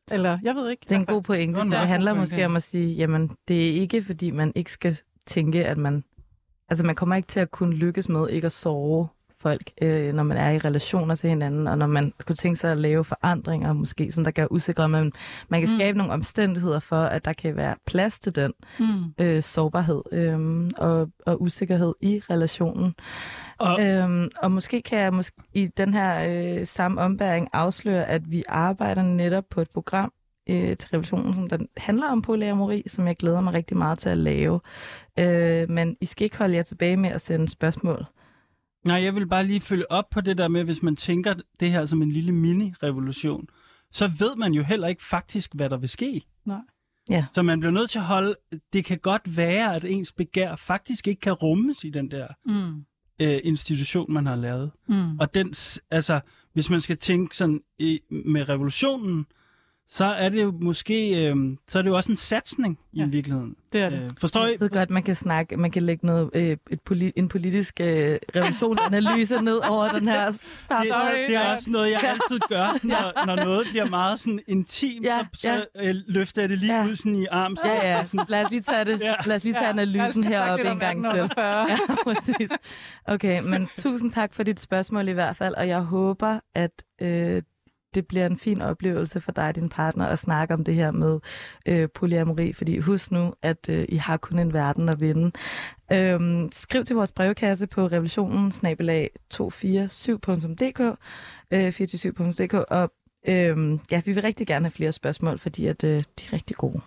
Eller, jeg ved ikke. Det er en altså, god pointe. det Det, er en handler god måske pointe. om at sige, jamen, det er ikke, fordi man ikke skal tænke, at man... Altså, man kommer ikke til at kunne lykkes med ikke at såre folk, øh, når man er i relationer til hinanden, og når man kunne tænke sig at lave forandringer, måske, som der gør usikre, men man kan Mm. skabe nogle omstændigheder for, at der kan være plads til den Mm. øh, sårbarhed øh, og, og usikkerhed i relationen. Og, Øhm, og måske kan jeg måske i den her øh, samme ombæring afsløre, at vi arbejder netop på et program øh, til revolutionen, som der handler om polyamori, som jeg glæder mig rigtig meget til at lave. Øh, men I skal ikke holde jer tilbage med at sende spørgsmål. nej, jeg vil bare lige følge op på det der med, hvis man tænker det her som en lille mini-revolution, så ved man jo heller ikke faktisk, hvad der vil ske. Nej. Ja. Så man bliver nødt til at holde... Det kan godt være, at ens begær faktisk ikke kan rummes i den der Mm. øh, institution, man har lavet. Mm. Og den, s- altså, hvis man skal tænke sådan i, med revolutionen, så er det jo måske, øh, så er det jo også en satsning i Ja. virkeligheden. Det er det. Øh, forstår I? Jeg ved godt, man kan snakke, man kan lægge noget, øh, et poli, en politisk øh, revolutionsanalyse ned over den her. Det, Sorry, det er ja. også noget, jeg altid gør, når, når noget bliver meget sådan intimt, Ja, så, så øh, løfter jeg det lige Ja. ud sådan i arms. Ja, ja. Lad os lige tage det. Ja. Lad os lige tage analysen herop en gang til. Ja, præcis. Okay, men tusind tak for dit spørgsmål i hvert fald, og jeg håber, at øh, det bliver en fin oplevelse for dig og din partner at snakke om det her med øh, polyamori, fordi husk nu, at øh, I har kun en verden at vinde. Øhm, skriv til vores brevkasse på revolutionen snabel-a to fire syv punktum d k, øh, fire to syv punktum d k, og øh, ja, vi vil rigtig gerne have flere spørgsmål, fordi at, øh, de er rigtig gode.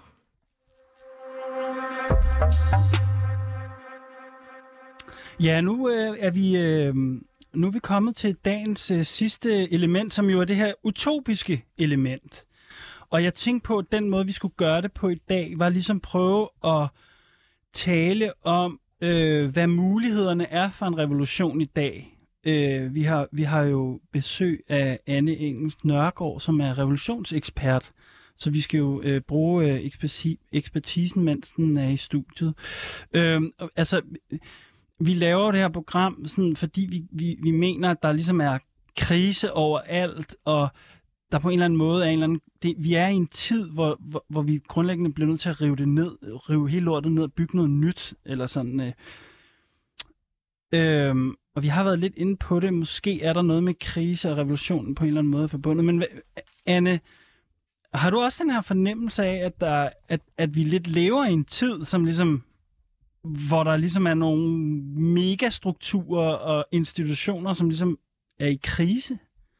Ja, nu øh, er vi øh, nu er vi kommet til dagens øh, sidste element, som jo er det her utopiske element. Og jeg tænkte på, at den måde, vi skulle gøre det på i dag, var ligesom prøve at tale om, øh, hvad mulighederne er for en revolution i dag. Øh, vi, har, vi har jo besøg af Anne Engels Nørgaard, som er revolutionsekspert. Så vi skal jo øh, bruge øh, eksperti- ekspertisen, mens den er i studiet. Øh, altså... Vi laver det her program, sådan, fordi vi, vi, vi mener, at der ligesom er krise overalt, og der på en eller anden måde er en eller anden... Det, vi er i en tid, hvor, hvor, hvor vi grundlæggende bliver nødt til at rive det ned, rive hele lortet ned og bygge noget nyt, eller sådan... Øh. Øhm, og vi har været lidt inde på det. Måske er der noget med krise og revolutionen på en eller anden måde forbundet. Men Anne, har du også den her fornemmelse af, at, der, at, at vi lidt lever i en tid, som ligesom... hvor der ligesom er nogle megastrukturer og institutioner, som ligesom er i krise?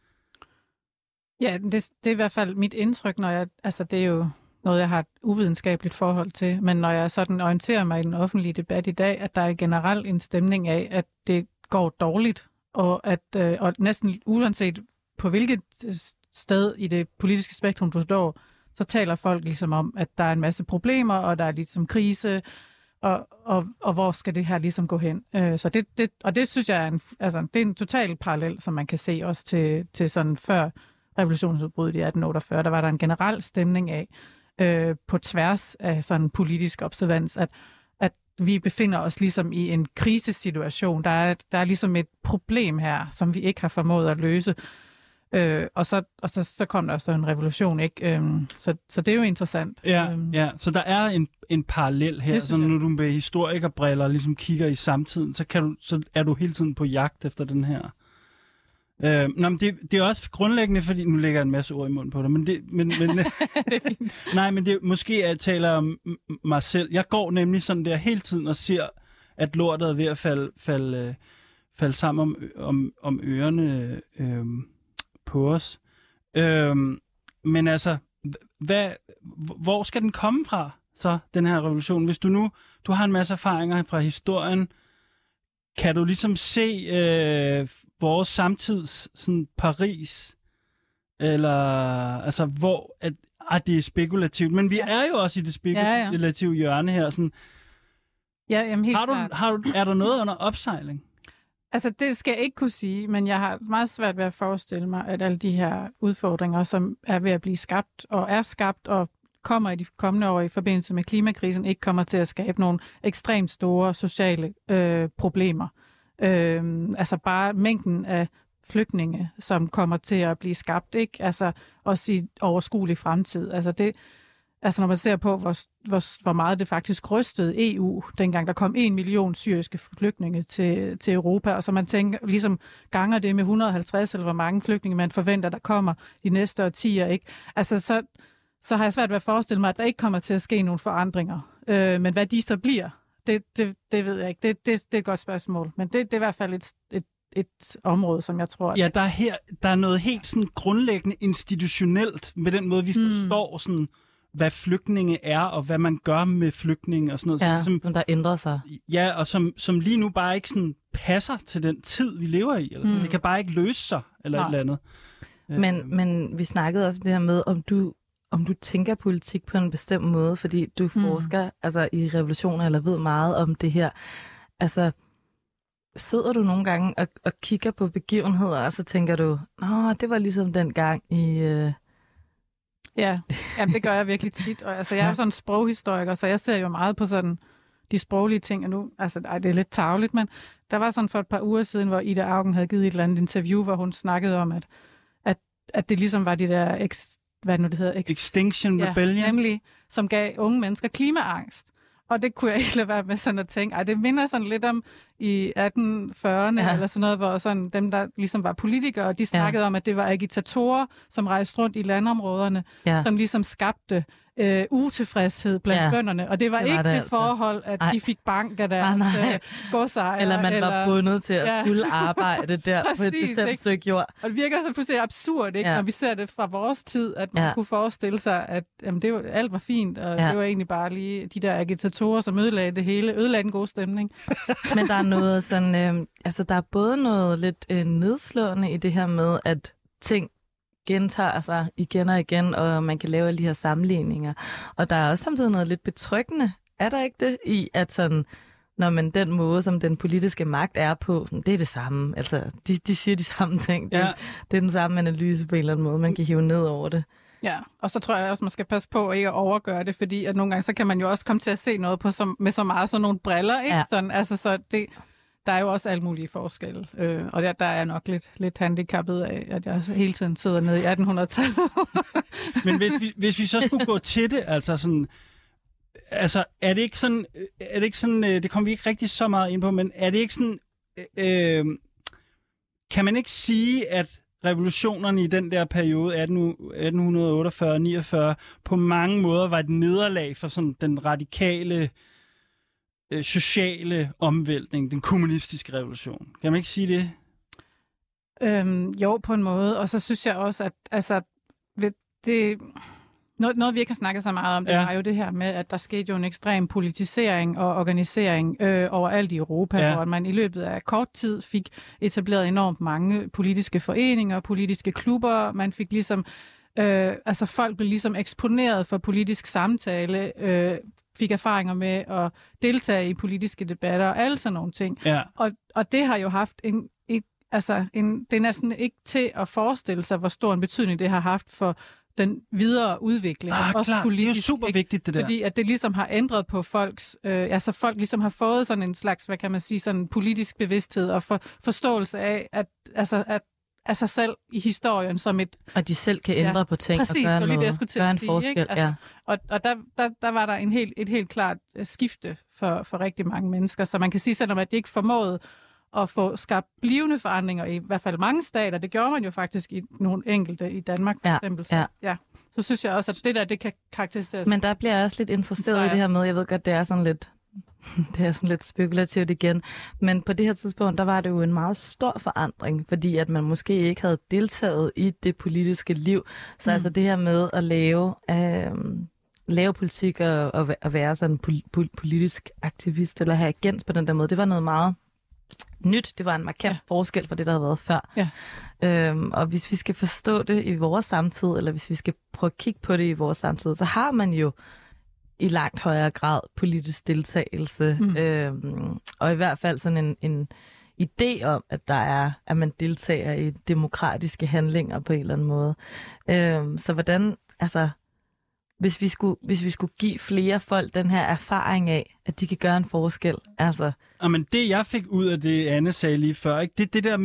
Ja, det, det er i hvert fald mit indtryk, når jeg, altså det er jo noget, jeg har et uvidenskabeligt forhold til, men når jeg sådan orienterer mig i den offentlige debat i dag, at der er generelt en stemning af, at det går dårligt, og at øh, og næsten uanset på hvilket sted i det politiske spektrum du står, så taler folk ligesom om, at der er en masse problemer, og der er ligesom krise, og, og, og hvor skal det her ligesom gå hen? Øh, så det, det, og det synes jeg er en, altså, det er en total parallel, som man kan se også til, til sådan før revolutionsudbruddet i atten otteogfyrre. Der var der en generel stemning af, øh, på tværs af sådan politisk observans, at, at vi befinder os ligesom i en krisesituation. Der er, der er ligesom et problem her, som vi ikke har formået at løse. Øh, og så, og så, så kom der så en revolution, ikke? Øhm, så, så det er jo interessant. Ja, øhm. ja. Så der er en, en parallel her. Så når du med historikerbriller ligesom kigger i samtiden, så, kan du, så er du hele tiden på jagt efter den her. Øh, nå, men det, det er også grundlæggende, fordi nu lægger jeg en masse ord i munden på dig, men det, men, men, det er fint. nej, men det måske at jeg taler om mig selv. Jeg går nemlig sådan der hele tiden og ser, at lortet er ved at falde, falde, falde sammen om, om, om ørerne øh, på os. Øh, men altså, hvad, hvor skal den komme fra, så, den her revolution? Hvis du nu, du har en masse erfaringer fra historien, kan du ligesom se øh, vores samtids sådan Paris, eller altså hvor at, at det er spekulativt, men vi ja. er jo også i det spekulative ja, ja. hjørne her. Sådan. Ja, jamen helt har du, klart. har du, er der noget under opsejling? Altså, det skal jeg ikke kunne sige, men jeg har meget svært ved at forestille mig, at alle de her udfordringer, som er ved at blive skabt, og er skabt, og kommer i de kommende år i forbindelse med klimakrisen, ikke kommer til at skabe nogle ekstremt store sociale øh, problemer. Øh, altså bare mængden af flygtninge, som kommer til at blive skabt, ikke? Altså også i overskuelig fremtid. Altså det, altså når man ser på, hvor, hvor, hvor meget det faktisk rystede E U, dengang der kom en million syriske flygtninge til, til Europa, og så man tænker, ligesom ganger det med et hundrede og halvtreds, eller hvor mange flygtninge man forventer, der kommer de næste årtier, ikke? Altså så, så har jeg svært ved at forestille mig, at der ikke kommer til at ske nogle forandringer. Øh, men hvad de så bliver, det, det, det ved jeg ikke. Det, det, det er et godt spørgsmål, men det, det er i hvert fald et, et, et område, som jeg tror... At... Ja, der er, her, der er noget helt sådan grundlæggende institutionelt med den måde, vi forstår mm. sådan... hvad flygtninge er, og hvad man gør med flygtninge og sådan noget. Ja, som, som der ændrer sig. Ja, og som, som lige nu bare ikke sådan passer til den tid, vi lever i. Eller mm. Det kan bare ikke løse sig, eller Nej. et eller andet. Men, øh. men vi snakkede også om det her med, om du, om du tænker politik på en bestemt måde, fordi du mm. forsker altså, i revolutioner, eller ved meget om det her. Altså, sidder du nogle gange og, og kigger på begivenheder, og så tænker du, nå, det var ligesom den gang i... Øh, Ja, jamen, det gør jeg virkelig tit. Og, altså, jeg er jo sådan en sproghistoriker, så jeg ser jo meget på sådan de sproglige ting. Og nu, altså, ej, det er lidt tarveligt, men der var sådan for et par uger siden, hvor Ida Auken havde givet et eller andet interview, hvor hun snakkede om, at, at, at det ligesom var de der, ex, hvad nu det hedder? Ex, Extinction ja, Rebellion. Nemlig, som gav unge mennesker klimaangst. Og det kunne jeg ikke lade være med sådan at tænke, ej, det minder sådan lidt om i atten fyrrerne, ja. eller sådan noget, hvor sådan dem, der ligesom var politikere, de snakkede ja. om, at det var agitatorer, som rejste rundt i landområderne, ja. som ligesom skabte øh, utilfredshed blandt ja. bønderne. Og det var, det var ikke det, det altså. forhold, at Ej. de fik bank af deres øh, godsejere. Eller man eller... var bundet til at ja. skulle arbejde der Præcis, på et bestemt ikke? stykke jord. Og det virker så pludselig absurd, ikke? Ja. når vi ser det fra vores tid, at man ja. kunne forestille sig, at jamen, det var, alt var fint, og ja. det var egentlig bare lige de der agitatorer, som ødelagde det hele, ødelagde den gode stemning. Men der er noget sådan, øh, altså der er både noget lidt øh, nedslående i det her med, at ting gentager sig igen og igen, og man kan lave alle de her sammenligninger. Og der er også samtidig noget lidt betryggende, er der ikke det, i at sådan, når man den måde, som den politiske magt er på, det er det samme. Altså, de, de siger de samme ting. Det, ja. det er den samme analyse på en eller anden måde, man kan hive ned over det. Ja, og så tror jeg også, man skal passe på ikke at overgøre det, fordi at nogle gange, så kan man jo også komme til at se noget på som, med så meget sådan nogle briller, ikke? Ja. Sådan, altså, så det... Der er jo også alle mulige forskelle, øh, og der, der er jeg nok lidt, lidt handicappet af, at jeg hele tiden sidder nede i attenhundredetallet. Men hvis vi, hvis vi så skulle gå til det, altså sådan, altså er det ikke sådan, er det ikke sådan, det kommer vi ikke rigtig så meget ind på, men er det ikke sådan, øh, kan man ikke sige, at revolutionerne i den der periode, atten otteogfyrre niogfyrre, på mange måder var et nederlag for sådan den radikale sociale omvæltning, den kommunistiske revolution. Kan man ikke sige det? Øhm, jo, på en måde. Og så synes jeg også, at altså, det, noget, noget, vi ikke har snakket så meget om, det ja. var jo det her med, at der skete jo en ekstrem politisering og organisering øh, overalt i Europa, ja. hvor man i løbet af kort tid fik etableret enormt mange politiske foreninger, politiske klubber. Man fik ligesom, øh, altså folk blev ligesom eksponeret for politisk samtale, øh, fik erfaringer med at deltage i politiske debatter og alle sådan nogle ting. Ja. Og, og det har jo haft en, et, altså en, det er næsten ikke til at forestille sig, hvor stor en betydning det har haft for den videre udvikling. Ah, også klar. politisk, det er jo super vigtigt, det der. Fordi at det ligesom har ændret på folks, øh, altså folk ligesom har fået sådan en slags, hvad kan man sige, sådan politisk bevidsthed og for, forståelse af, at, altså, at af sig selv i historien som et... Og de selv kan ændre ja, på ting præcis, og gøre, og noget, det, jeg skulle til gøre at en sige, forskel. Ikke? Altså, ja. Og, og der, der, der var der en helt, et helt klart skifte for, for rigtig mange mennesker. Så man kan sige, selvom at de ikke formåede at få skabt blivende forandringer i, i hvert fald mange stater, det gjorde man jo faktisk i nogle enkelte i Danmark for ja, eksempel. Så, ja. Ja. Så synes jeg også, at det der, det kan karakteriseres. Men der bliver jeg også lidt interesseret i det her med, jeg ved godt, det er sådan lidt... Det er sådan lidt spekulativt igen. Men på det her tidspunkt, der var det jo en meget stor forandring, fordi at man måske ikke havde deltaget i det politiske liv. Så mm. altså det her med at lave, øh, lave politik og, og være sådan pol- politisk aktivist eller have agens på den der måde, det var noget meget nyt. Det var en markant ja. forskel for det, der havde været før. Ja. Øhm, og hvis vi skal forstå det i vores samtid, eller hvis vi skal prøve at kigge på det i vores samtid, så har man jo i langt højere grad politisk deltagelse, mm. øhm, og i hvert fald sådan en, en idé om, at der er, at man deltager i demokratiske handlinger på en eller anden måde. Øhm, så hvordan, altså, hvis vi skulle, hvis vi skulle give flere folk den her erfaring af, at de kan gøre en forskel, altså. Jamen det, jeg fik ud af det, Anne sagde lige før, ikke? Det det der med,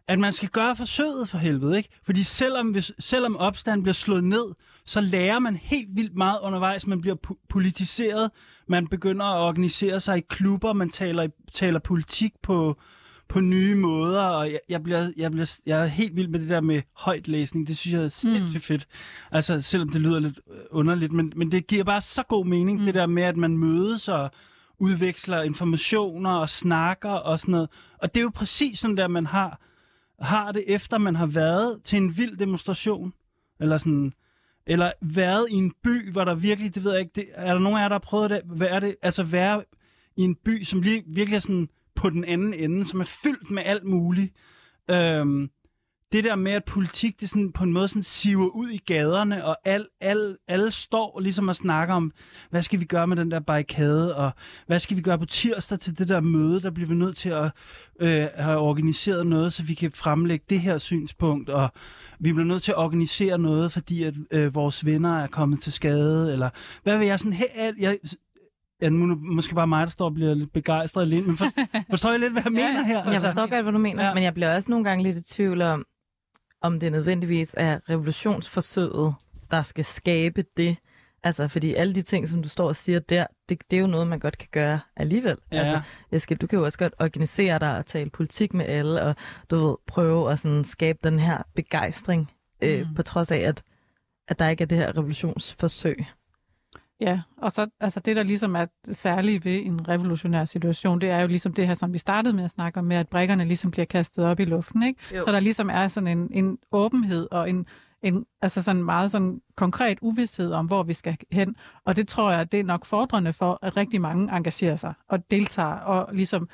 at man skal gøre forsøget for helvede, ikke? Fordi selvom, hvis, selvom opstanden bliver slået ned, så lærer man helt vildt meget undervejs. Man bliver po- politiseret, man begynder at organisere sig i klubber, man taler, taler politik på, på nye måder, og jeg, jeg, bliver, jeg, bliver, jeg er helt vild med det der med højtlæsning. Det synes jeg er sindssygt mm. fedt. Altså, selvom det lyder lidt underligt, men, men det giver bare så god mening, mm. det der med, at man mødes og udveksler informationer og snakker og sådan noget. Og det er jo præcis sådan der, man har, har det, efter man har været til en vild demonstration. Eller sådan, eller været i en by, hvor der virkelig, det ved jeg ikke, det, er der nogen af jer, der har prøvet det? Hvad er det? Altså være i en by, som lige, virkelig er sådan på den anden ende, som er fyldt med alt muligt. Øhm, det der med, at politik, det sådan på en måde sådan siver ud i gaderne, og al, al, alle står ligesom og snakker om, hvad skal vi gøre med den der barrikade, og hvad skal vi gøre på tirsdag til det der møde, der bliver vi nødt til at øh, have organiseret noget, så vi kan fremlægge det her synspunkt, og vi bliver nødt til at organisere noget, fordi at øh, vores venner er kommet til skade, eller hvad vil jeg sådan helt... Jeg, ja, nu er det måske bare mig, der står og bliver lidt begejstret alene, men for, forstår jeg lidt, hvad jeg mener her? Jeg altså, forstår godt, hvad du mener, ja. Men jeg bliver også nogle gange lidt i tvivl om, om det nødvendigvis er revolutionsforsøget, der skal skabe det. Altså, fordi alle de ting, som du står og siger der, det, det er jo noget, man godt kan gøre alligevel. Ja. Altså, jeg skal, du kan jo også godt organisere dig og tale politik med alle, og du ved, prøve at sådan skabe den her begejstring, mm. øh, på trods af, at, at der ikke er det her revolutionsforsøg. Ja, og så altså det, der ligesom er særligt ved en revolutionær situation, det er jo ligesom det her, som vi startede med at snakke om, med at brikkerne ligesom bliver kastet op i luften, ikke? Jo. Så der ligesom er sådan en, en åbenhed og en, en altså sådan meget sådan konkret uvished om, hvor vi skal hen. Og det tror jeg, det er nok fordrende for, at rigtig mange engagerer sig og deltager og ligesom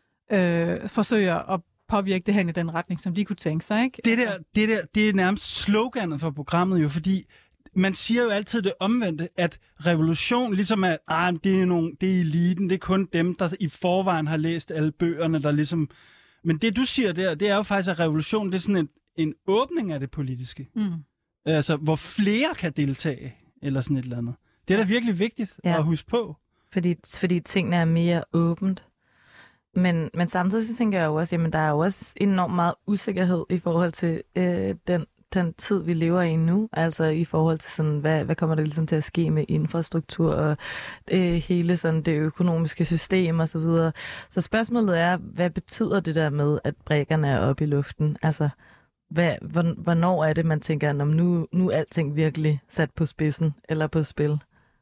øh, forsøger at påvirke det hen i den retning, som de kunne tænke sig, ikke? Det der, det der, det er nærmest sloganet for programmet jo, fordi man siger jo altid det omvendte, at revolution ligesom er, ah, det er, nogle, det er eliten, det er kun dem, der i forvejen har læst alle bøgerne, der ligesom... Men det, du siger der, det er jo faktisk, at revolution, det er sådan en, en åbning af det politiske. Mm. Altså, hvor flere kan deltage, eller sådan et eller andet. Det er da virkelig vigtigt ja. At huske på. Fordi, fordi tingene er mere åbent. Men, men samtidig så tænker jeg jo også, jamen der er jo også enormt meget usikkerhed i forhold til øh, den den tid, vi lever i nu, altså i forhold til sådan, hvad, hvad kommer der ligesom til at ske med infrastruktur og øh, hele sådan det økonomiske system og så videre. Så spørgsmålet er, hvad betyder det der med, at brikkerne er oppe i luften? Altså, hvad, hvornår er det, man tænker, når nu, nu er alting virkelig sat på spidsen eller på spil?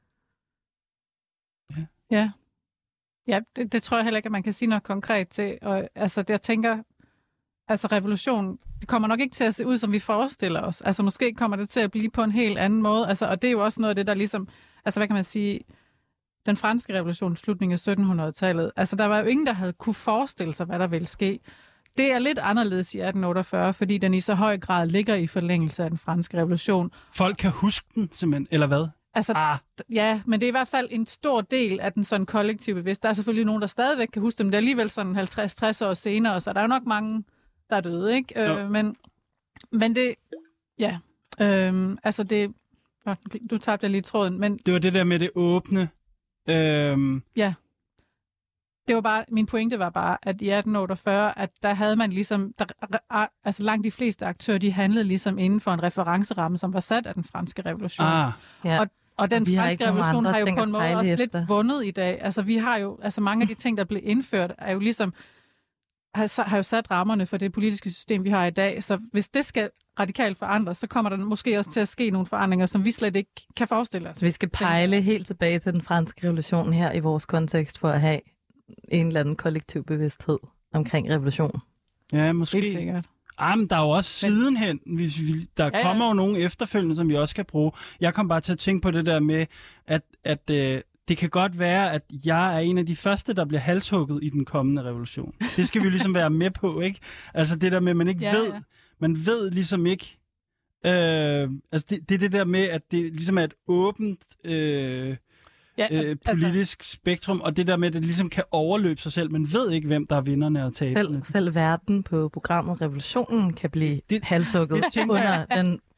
Ja, ja. ja det, det tror jeg heller ikke, at man kan sige noget konkret til. Og, altså, det, jeg tænker, altså revolution, det kommer nok ikke til at se ud, som vi forestiller os. Altså måske kommer det til at blive på en helt anden måde. Altså, og det er jo også noget af det, der ligesom, altså hvad kan man sige, den franske revolution, slutningen af syttenhundredetallet, altså der var jo ingen, der havde kunne forestille sig, hvad der ville ske. Det er lidt anderledes i atten otteogfyrre, fordi den i så høj grad ligger i forlængelse af den franske revolution. Folk kan huske den simpelthen, eller hvad? Altså, ah. Ja, men det er i hvert fald en stor del af den sådan kollektive bevidsthed. Der er selvfølgelig nogen, der stadigvæk kan huske dem. Det er alligevel sådan halvtreds til tres år senere, så der er jo nok mange, der er døde, ikke? Øh, men, men det, ja, øh, altså det, du tabte jeg lige tråden, men... Det var det der med det åbne. Øh... Ja. Det var bare, min pointe var bare, at i atten otteogfyrre, at der havde man ligesom, der, altså langt de fleste aktører, de handlede ligesom inden for en referenceramme, som var sat af den franske revolution. Ah. Ja. Og, og den vi franske revolution har jo på en måde også efter. lidt vundet i dag. Altså vi har jo, altså mange af de ting, der blev indført, er jo ligesom, har, har jo sat rammerne for det politiske system, vi har i dag. Så hvis det skal radikalt forandres, så kommer der måske også til at ske nogle forandringer, som vi slet ikke kan forestille os. Så vi skal pejle helt tilbage til den franske revolution her i vores kontekst for at have en eller anden kollektiv bevidsthed omkring revolution. Ja, måske. Helt sikkert. Ah, men der er jo også sidenhen, hvis vi, der ja, ja. kommer jo nogle efterfølgende, som vi også kan bruge. Jeg kom bare til at tænke på det der med, at, at øh, det kan godt være, at jeg er en af de første, der bliver halshugget i den kommende revolution. Det skal vi jo ligesom være med på, ikke? Altså det der med, at man ikke ja, ved, ja. man ved ligesom ikke, øh, altså det, det er det der med, at det ligesom er et åbent... Øh, Ja, øh, politisk altså, spektrum, og det der med, at det ligesom kan overløbe sig selv. Man ved ikke, hvem der er vinderne og taberne. Selv, selv verden på programmet Revolutionen kan blive det, halshugget det under jeg. den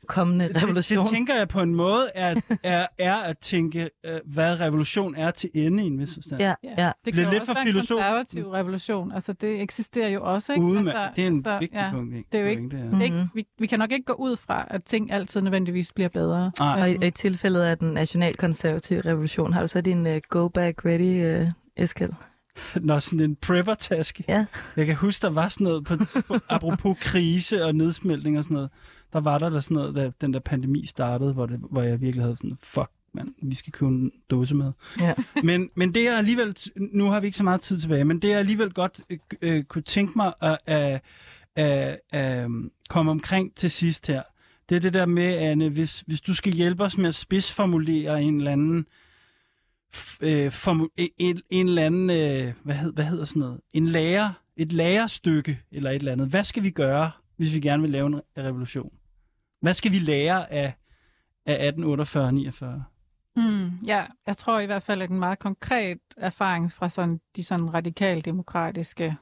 kommende revolution. Det tænker jeg på en måde, er, er, er at tænke, hvad revolution er til ende i en vis forstand. Ja, ja. Det kan jo lidt også for være en filosof. konservativ revolution. Altså, det eksisterer jo også, ikke? Ude med, altså, det er en altså, vigtig ja, punkt. Ikke? Det er jo ikke, Pointe, ja. Mm-hmm. ikke vi, vi kan nok ikke gå ud fra, at ting altid nødvendigvis bliver bedre. Nej. Og i, i tilfældet af den nationalkonservative revolution, har du så din uh, go-back ready, uh, Eskild? Når sådan en prepper-taske. Ja. Jeg kan huske, der var sådan noget, på, på, apropos krise og nedsmeltning og sådan noget, der var der, der sådan noget, da den der pandemi startede, hvor, det, hvor jeg virkelig havde sådan, fuck, mand, vi skal købe en dåse med. Ja. Men, men det er alligevel, nu har vi ikke så meget tid tilbage, men det er alligevel godt øh, øh, kunne tænke mig at, at, at, at komme omkring til sidst her. Det er det der med, Anne, hvis, hvis du skal hjælpe os med at spidsformulere en eller anden øh, formu- en, en eller anden, øh, hvad, hed, hvad hedder sådan noget, en lærer, et lærerstykke eller et eller andet. Hvad skal vi gøre, hvis vi gerne vil lave en revolution? Hvad skal vi lære af, af atten otteogfyrre niogfyrre? Mm, ja, jeg tror i hvert fald, at en meget konkret erfaring fra sådan, de sådan radikaldemokratiske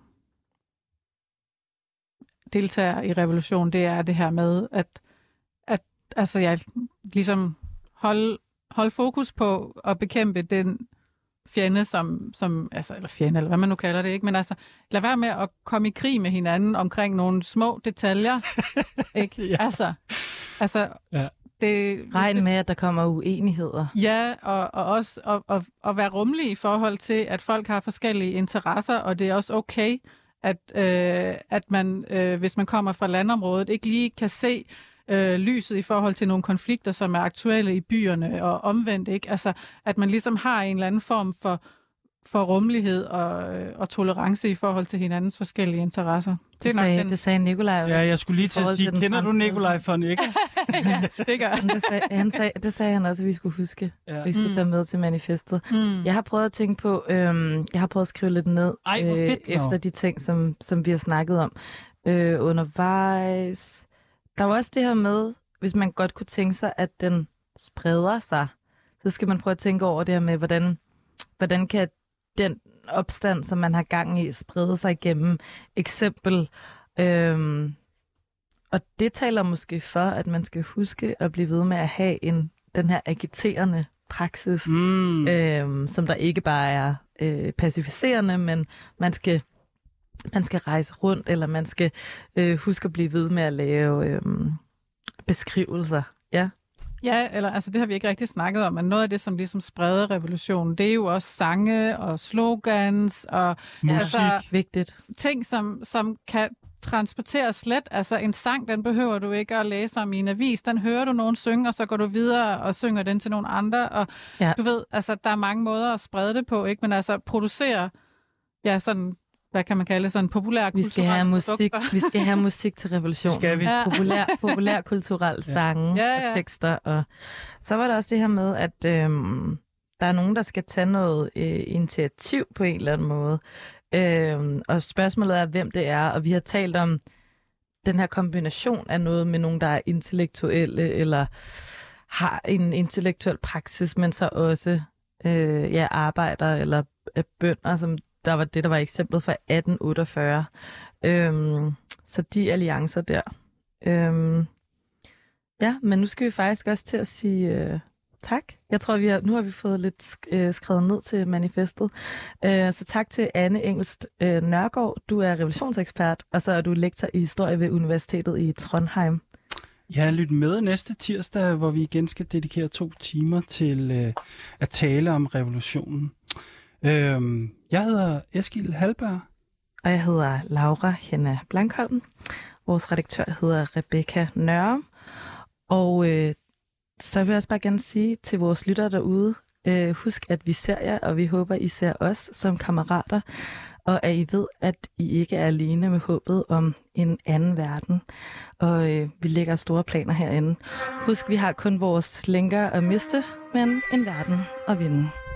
deltagere i revolutionen, det er det her med, at, at altså, jeg ligesom holde hold fokus på at bekæmpe den fjende, som, som, altså, eller fjende, eller hvad man nu kalder det, ikke? Men altså, lad være med at komme i krig med hinanden omkring nogle små detaljer, ikke? Ja. Altså, altså Ja. det... Regn med, at der kommer uenigheder. Ja, og, og også at, at, at være rummelig i forhold til, at folk har forskellige interesser, og det er også okay, at, øh, at man, øh, hvis man kommer fra landområdet, ikke lige kan se øh, lyset i forhold til nogle konflikter, som er aktuelle i byerne og omvendt, ikke? Altså, at man ligesom har en eller anden form for, for rummelighed og, og tolerance i forhold til hinandens forskellige interesser. Det, det, sagde, den... det sagde Nikolaj. Ja, jeg skulle lige til at sige, kender du Nikolaj for Nick? Ja, det gør det sagde, han. Sagde, det sagde han også, at vi skulle huske. Ja. Vi skulle Mm. tage med til manifestet. Mm. Jeg har prøvet at tænke på, øhm, jeg har prøvet at skrive lidt ned Ej, hvor fedt, øh, efter de ting, som, som vi har snakket om øh, undervejs. Der var også det her med, hvis man godt kunne tænke sig, at den spreder sig, så skal man prøve at tænke over det her med, hvordan, hvordan kan den opstand, som man har gang i, sprede sig igennem eksempel. Øhm, og det taler måske for, at man skal huske at blive ved med at have en, den her agiterende praksis, Mm. øhm, som der ikke bare er øh, pacificerende, men man skal, man skal rejse rundt, eller man skal øh, huske at blive ved med at lave øh, beskrivelser. Ja. Ja, eller altså det har vi ikke rigtig snakket om, men noget af det, som ligesom spreder revolutionen, det er jo også sange og slogans og Musik. altså, Vigtigt. ting, som, som kan transporteres let. Altså en sang, den behøver du ikke at læse om i en avis. Den hører du nogen synge, og så går du videre og synger den til nogle andre. Og Ja. du ved, altså der er mange måder at sprede det på, ikke? Men altså producere, ja sådan, hvad kan man kalde det, sådan populær Vi skal have musik, vi skal have musik til revolutionen. Skal vi? Ja. Populær, populær kulturel sange Ja, ja. og tekster. Og så var der også det her med, at øhm, der er nogen, der skal tage noget øh, initiativ på en eller anden måde. Øhm, og spørgsmålet er, hvem det er. Og vi har talt om den her kombination af noget med nogen, der er intellektuelle eller har en intellektuel praksis, men så også øh, ja, arbejder eller øh, bønder, som der var det, der var eksemplet fra atten otteogfyrre. Øhm, så de alliancer der. Øhm, ja, men nu skal vi faktisk også til at sige øh, tak. Jeg tror, vi har, nu har vi fået lidt sk- øh, skrevet ned til manifestet. Øh, så tak til Anne Engelst øh, Nørgaard. Du er revolutionsekspert, og så er du lektor i historie ved Universitetet i Trondheim. Ja, lyt med næste tirsdag, hvor vi igen skal dedikere to timer til øh, at tale om revolutionen. Øhm, jeg hedder Eskild Halberg. Og jeg hedder Laura Henna Blankholm. Vores redaktør hedder Rebecca Nørre. Og øh, så vil jeg også bare gerne sige til vores lyttere derude, øh, husk, at vi ser jer, og vi håber, I ser os som kammerater, og at I ved, at I ikke er alene med håbet om en anden verden. Og øh, vi lægger store planer herinde. Husk, vi har kun vores lænker at miste, men en verden at vinde.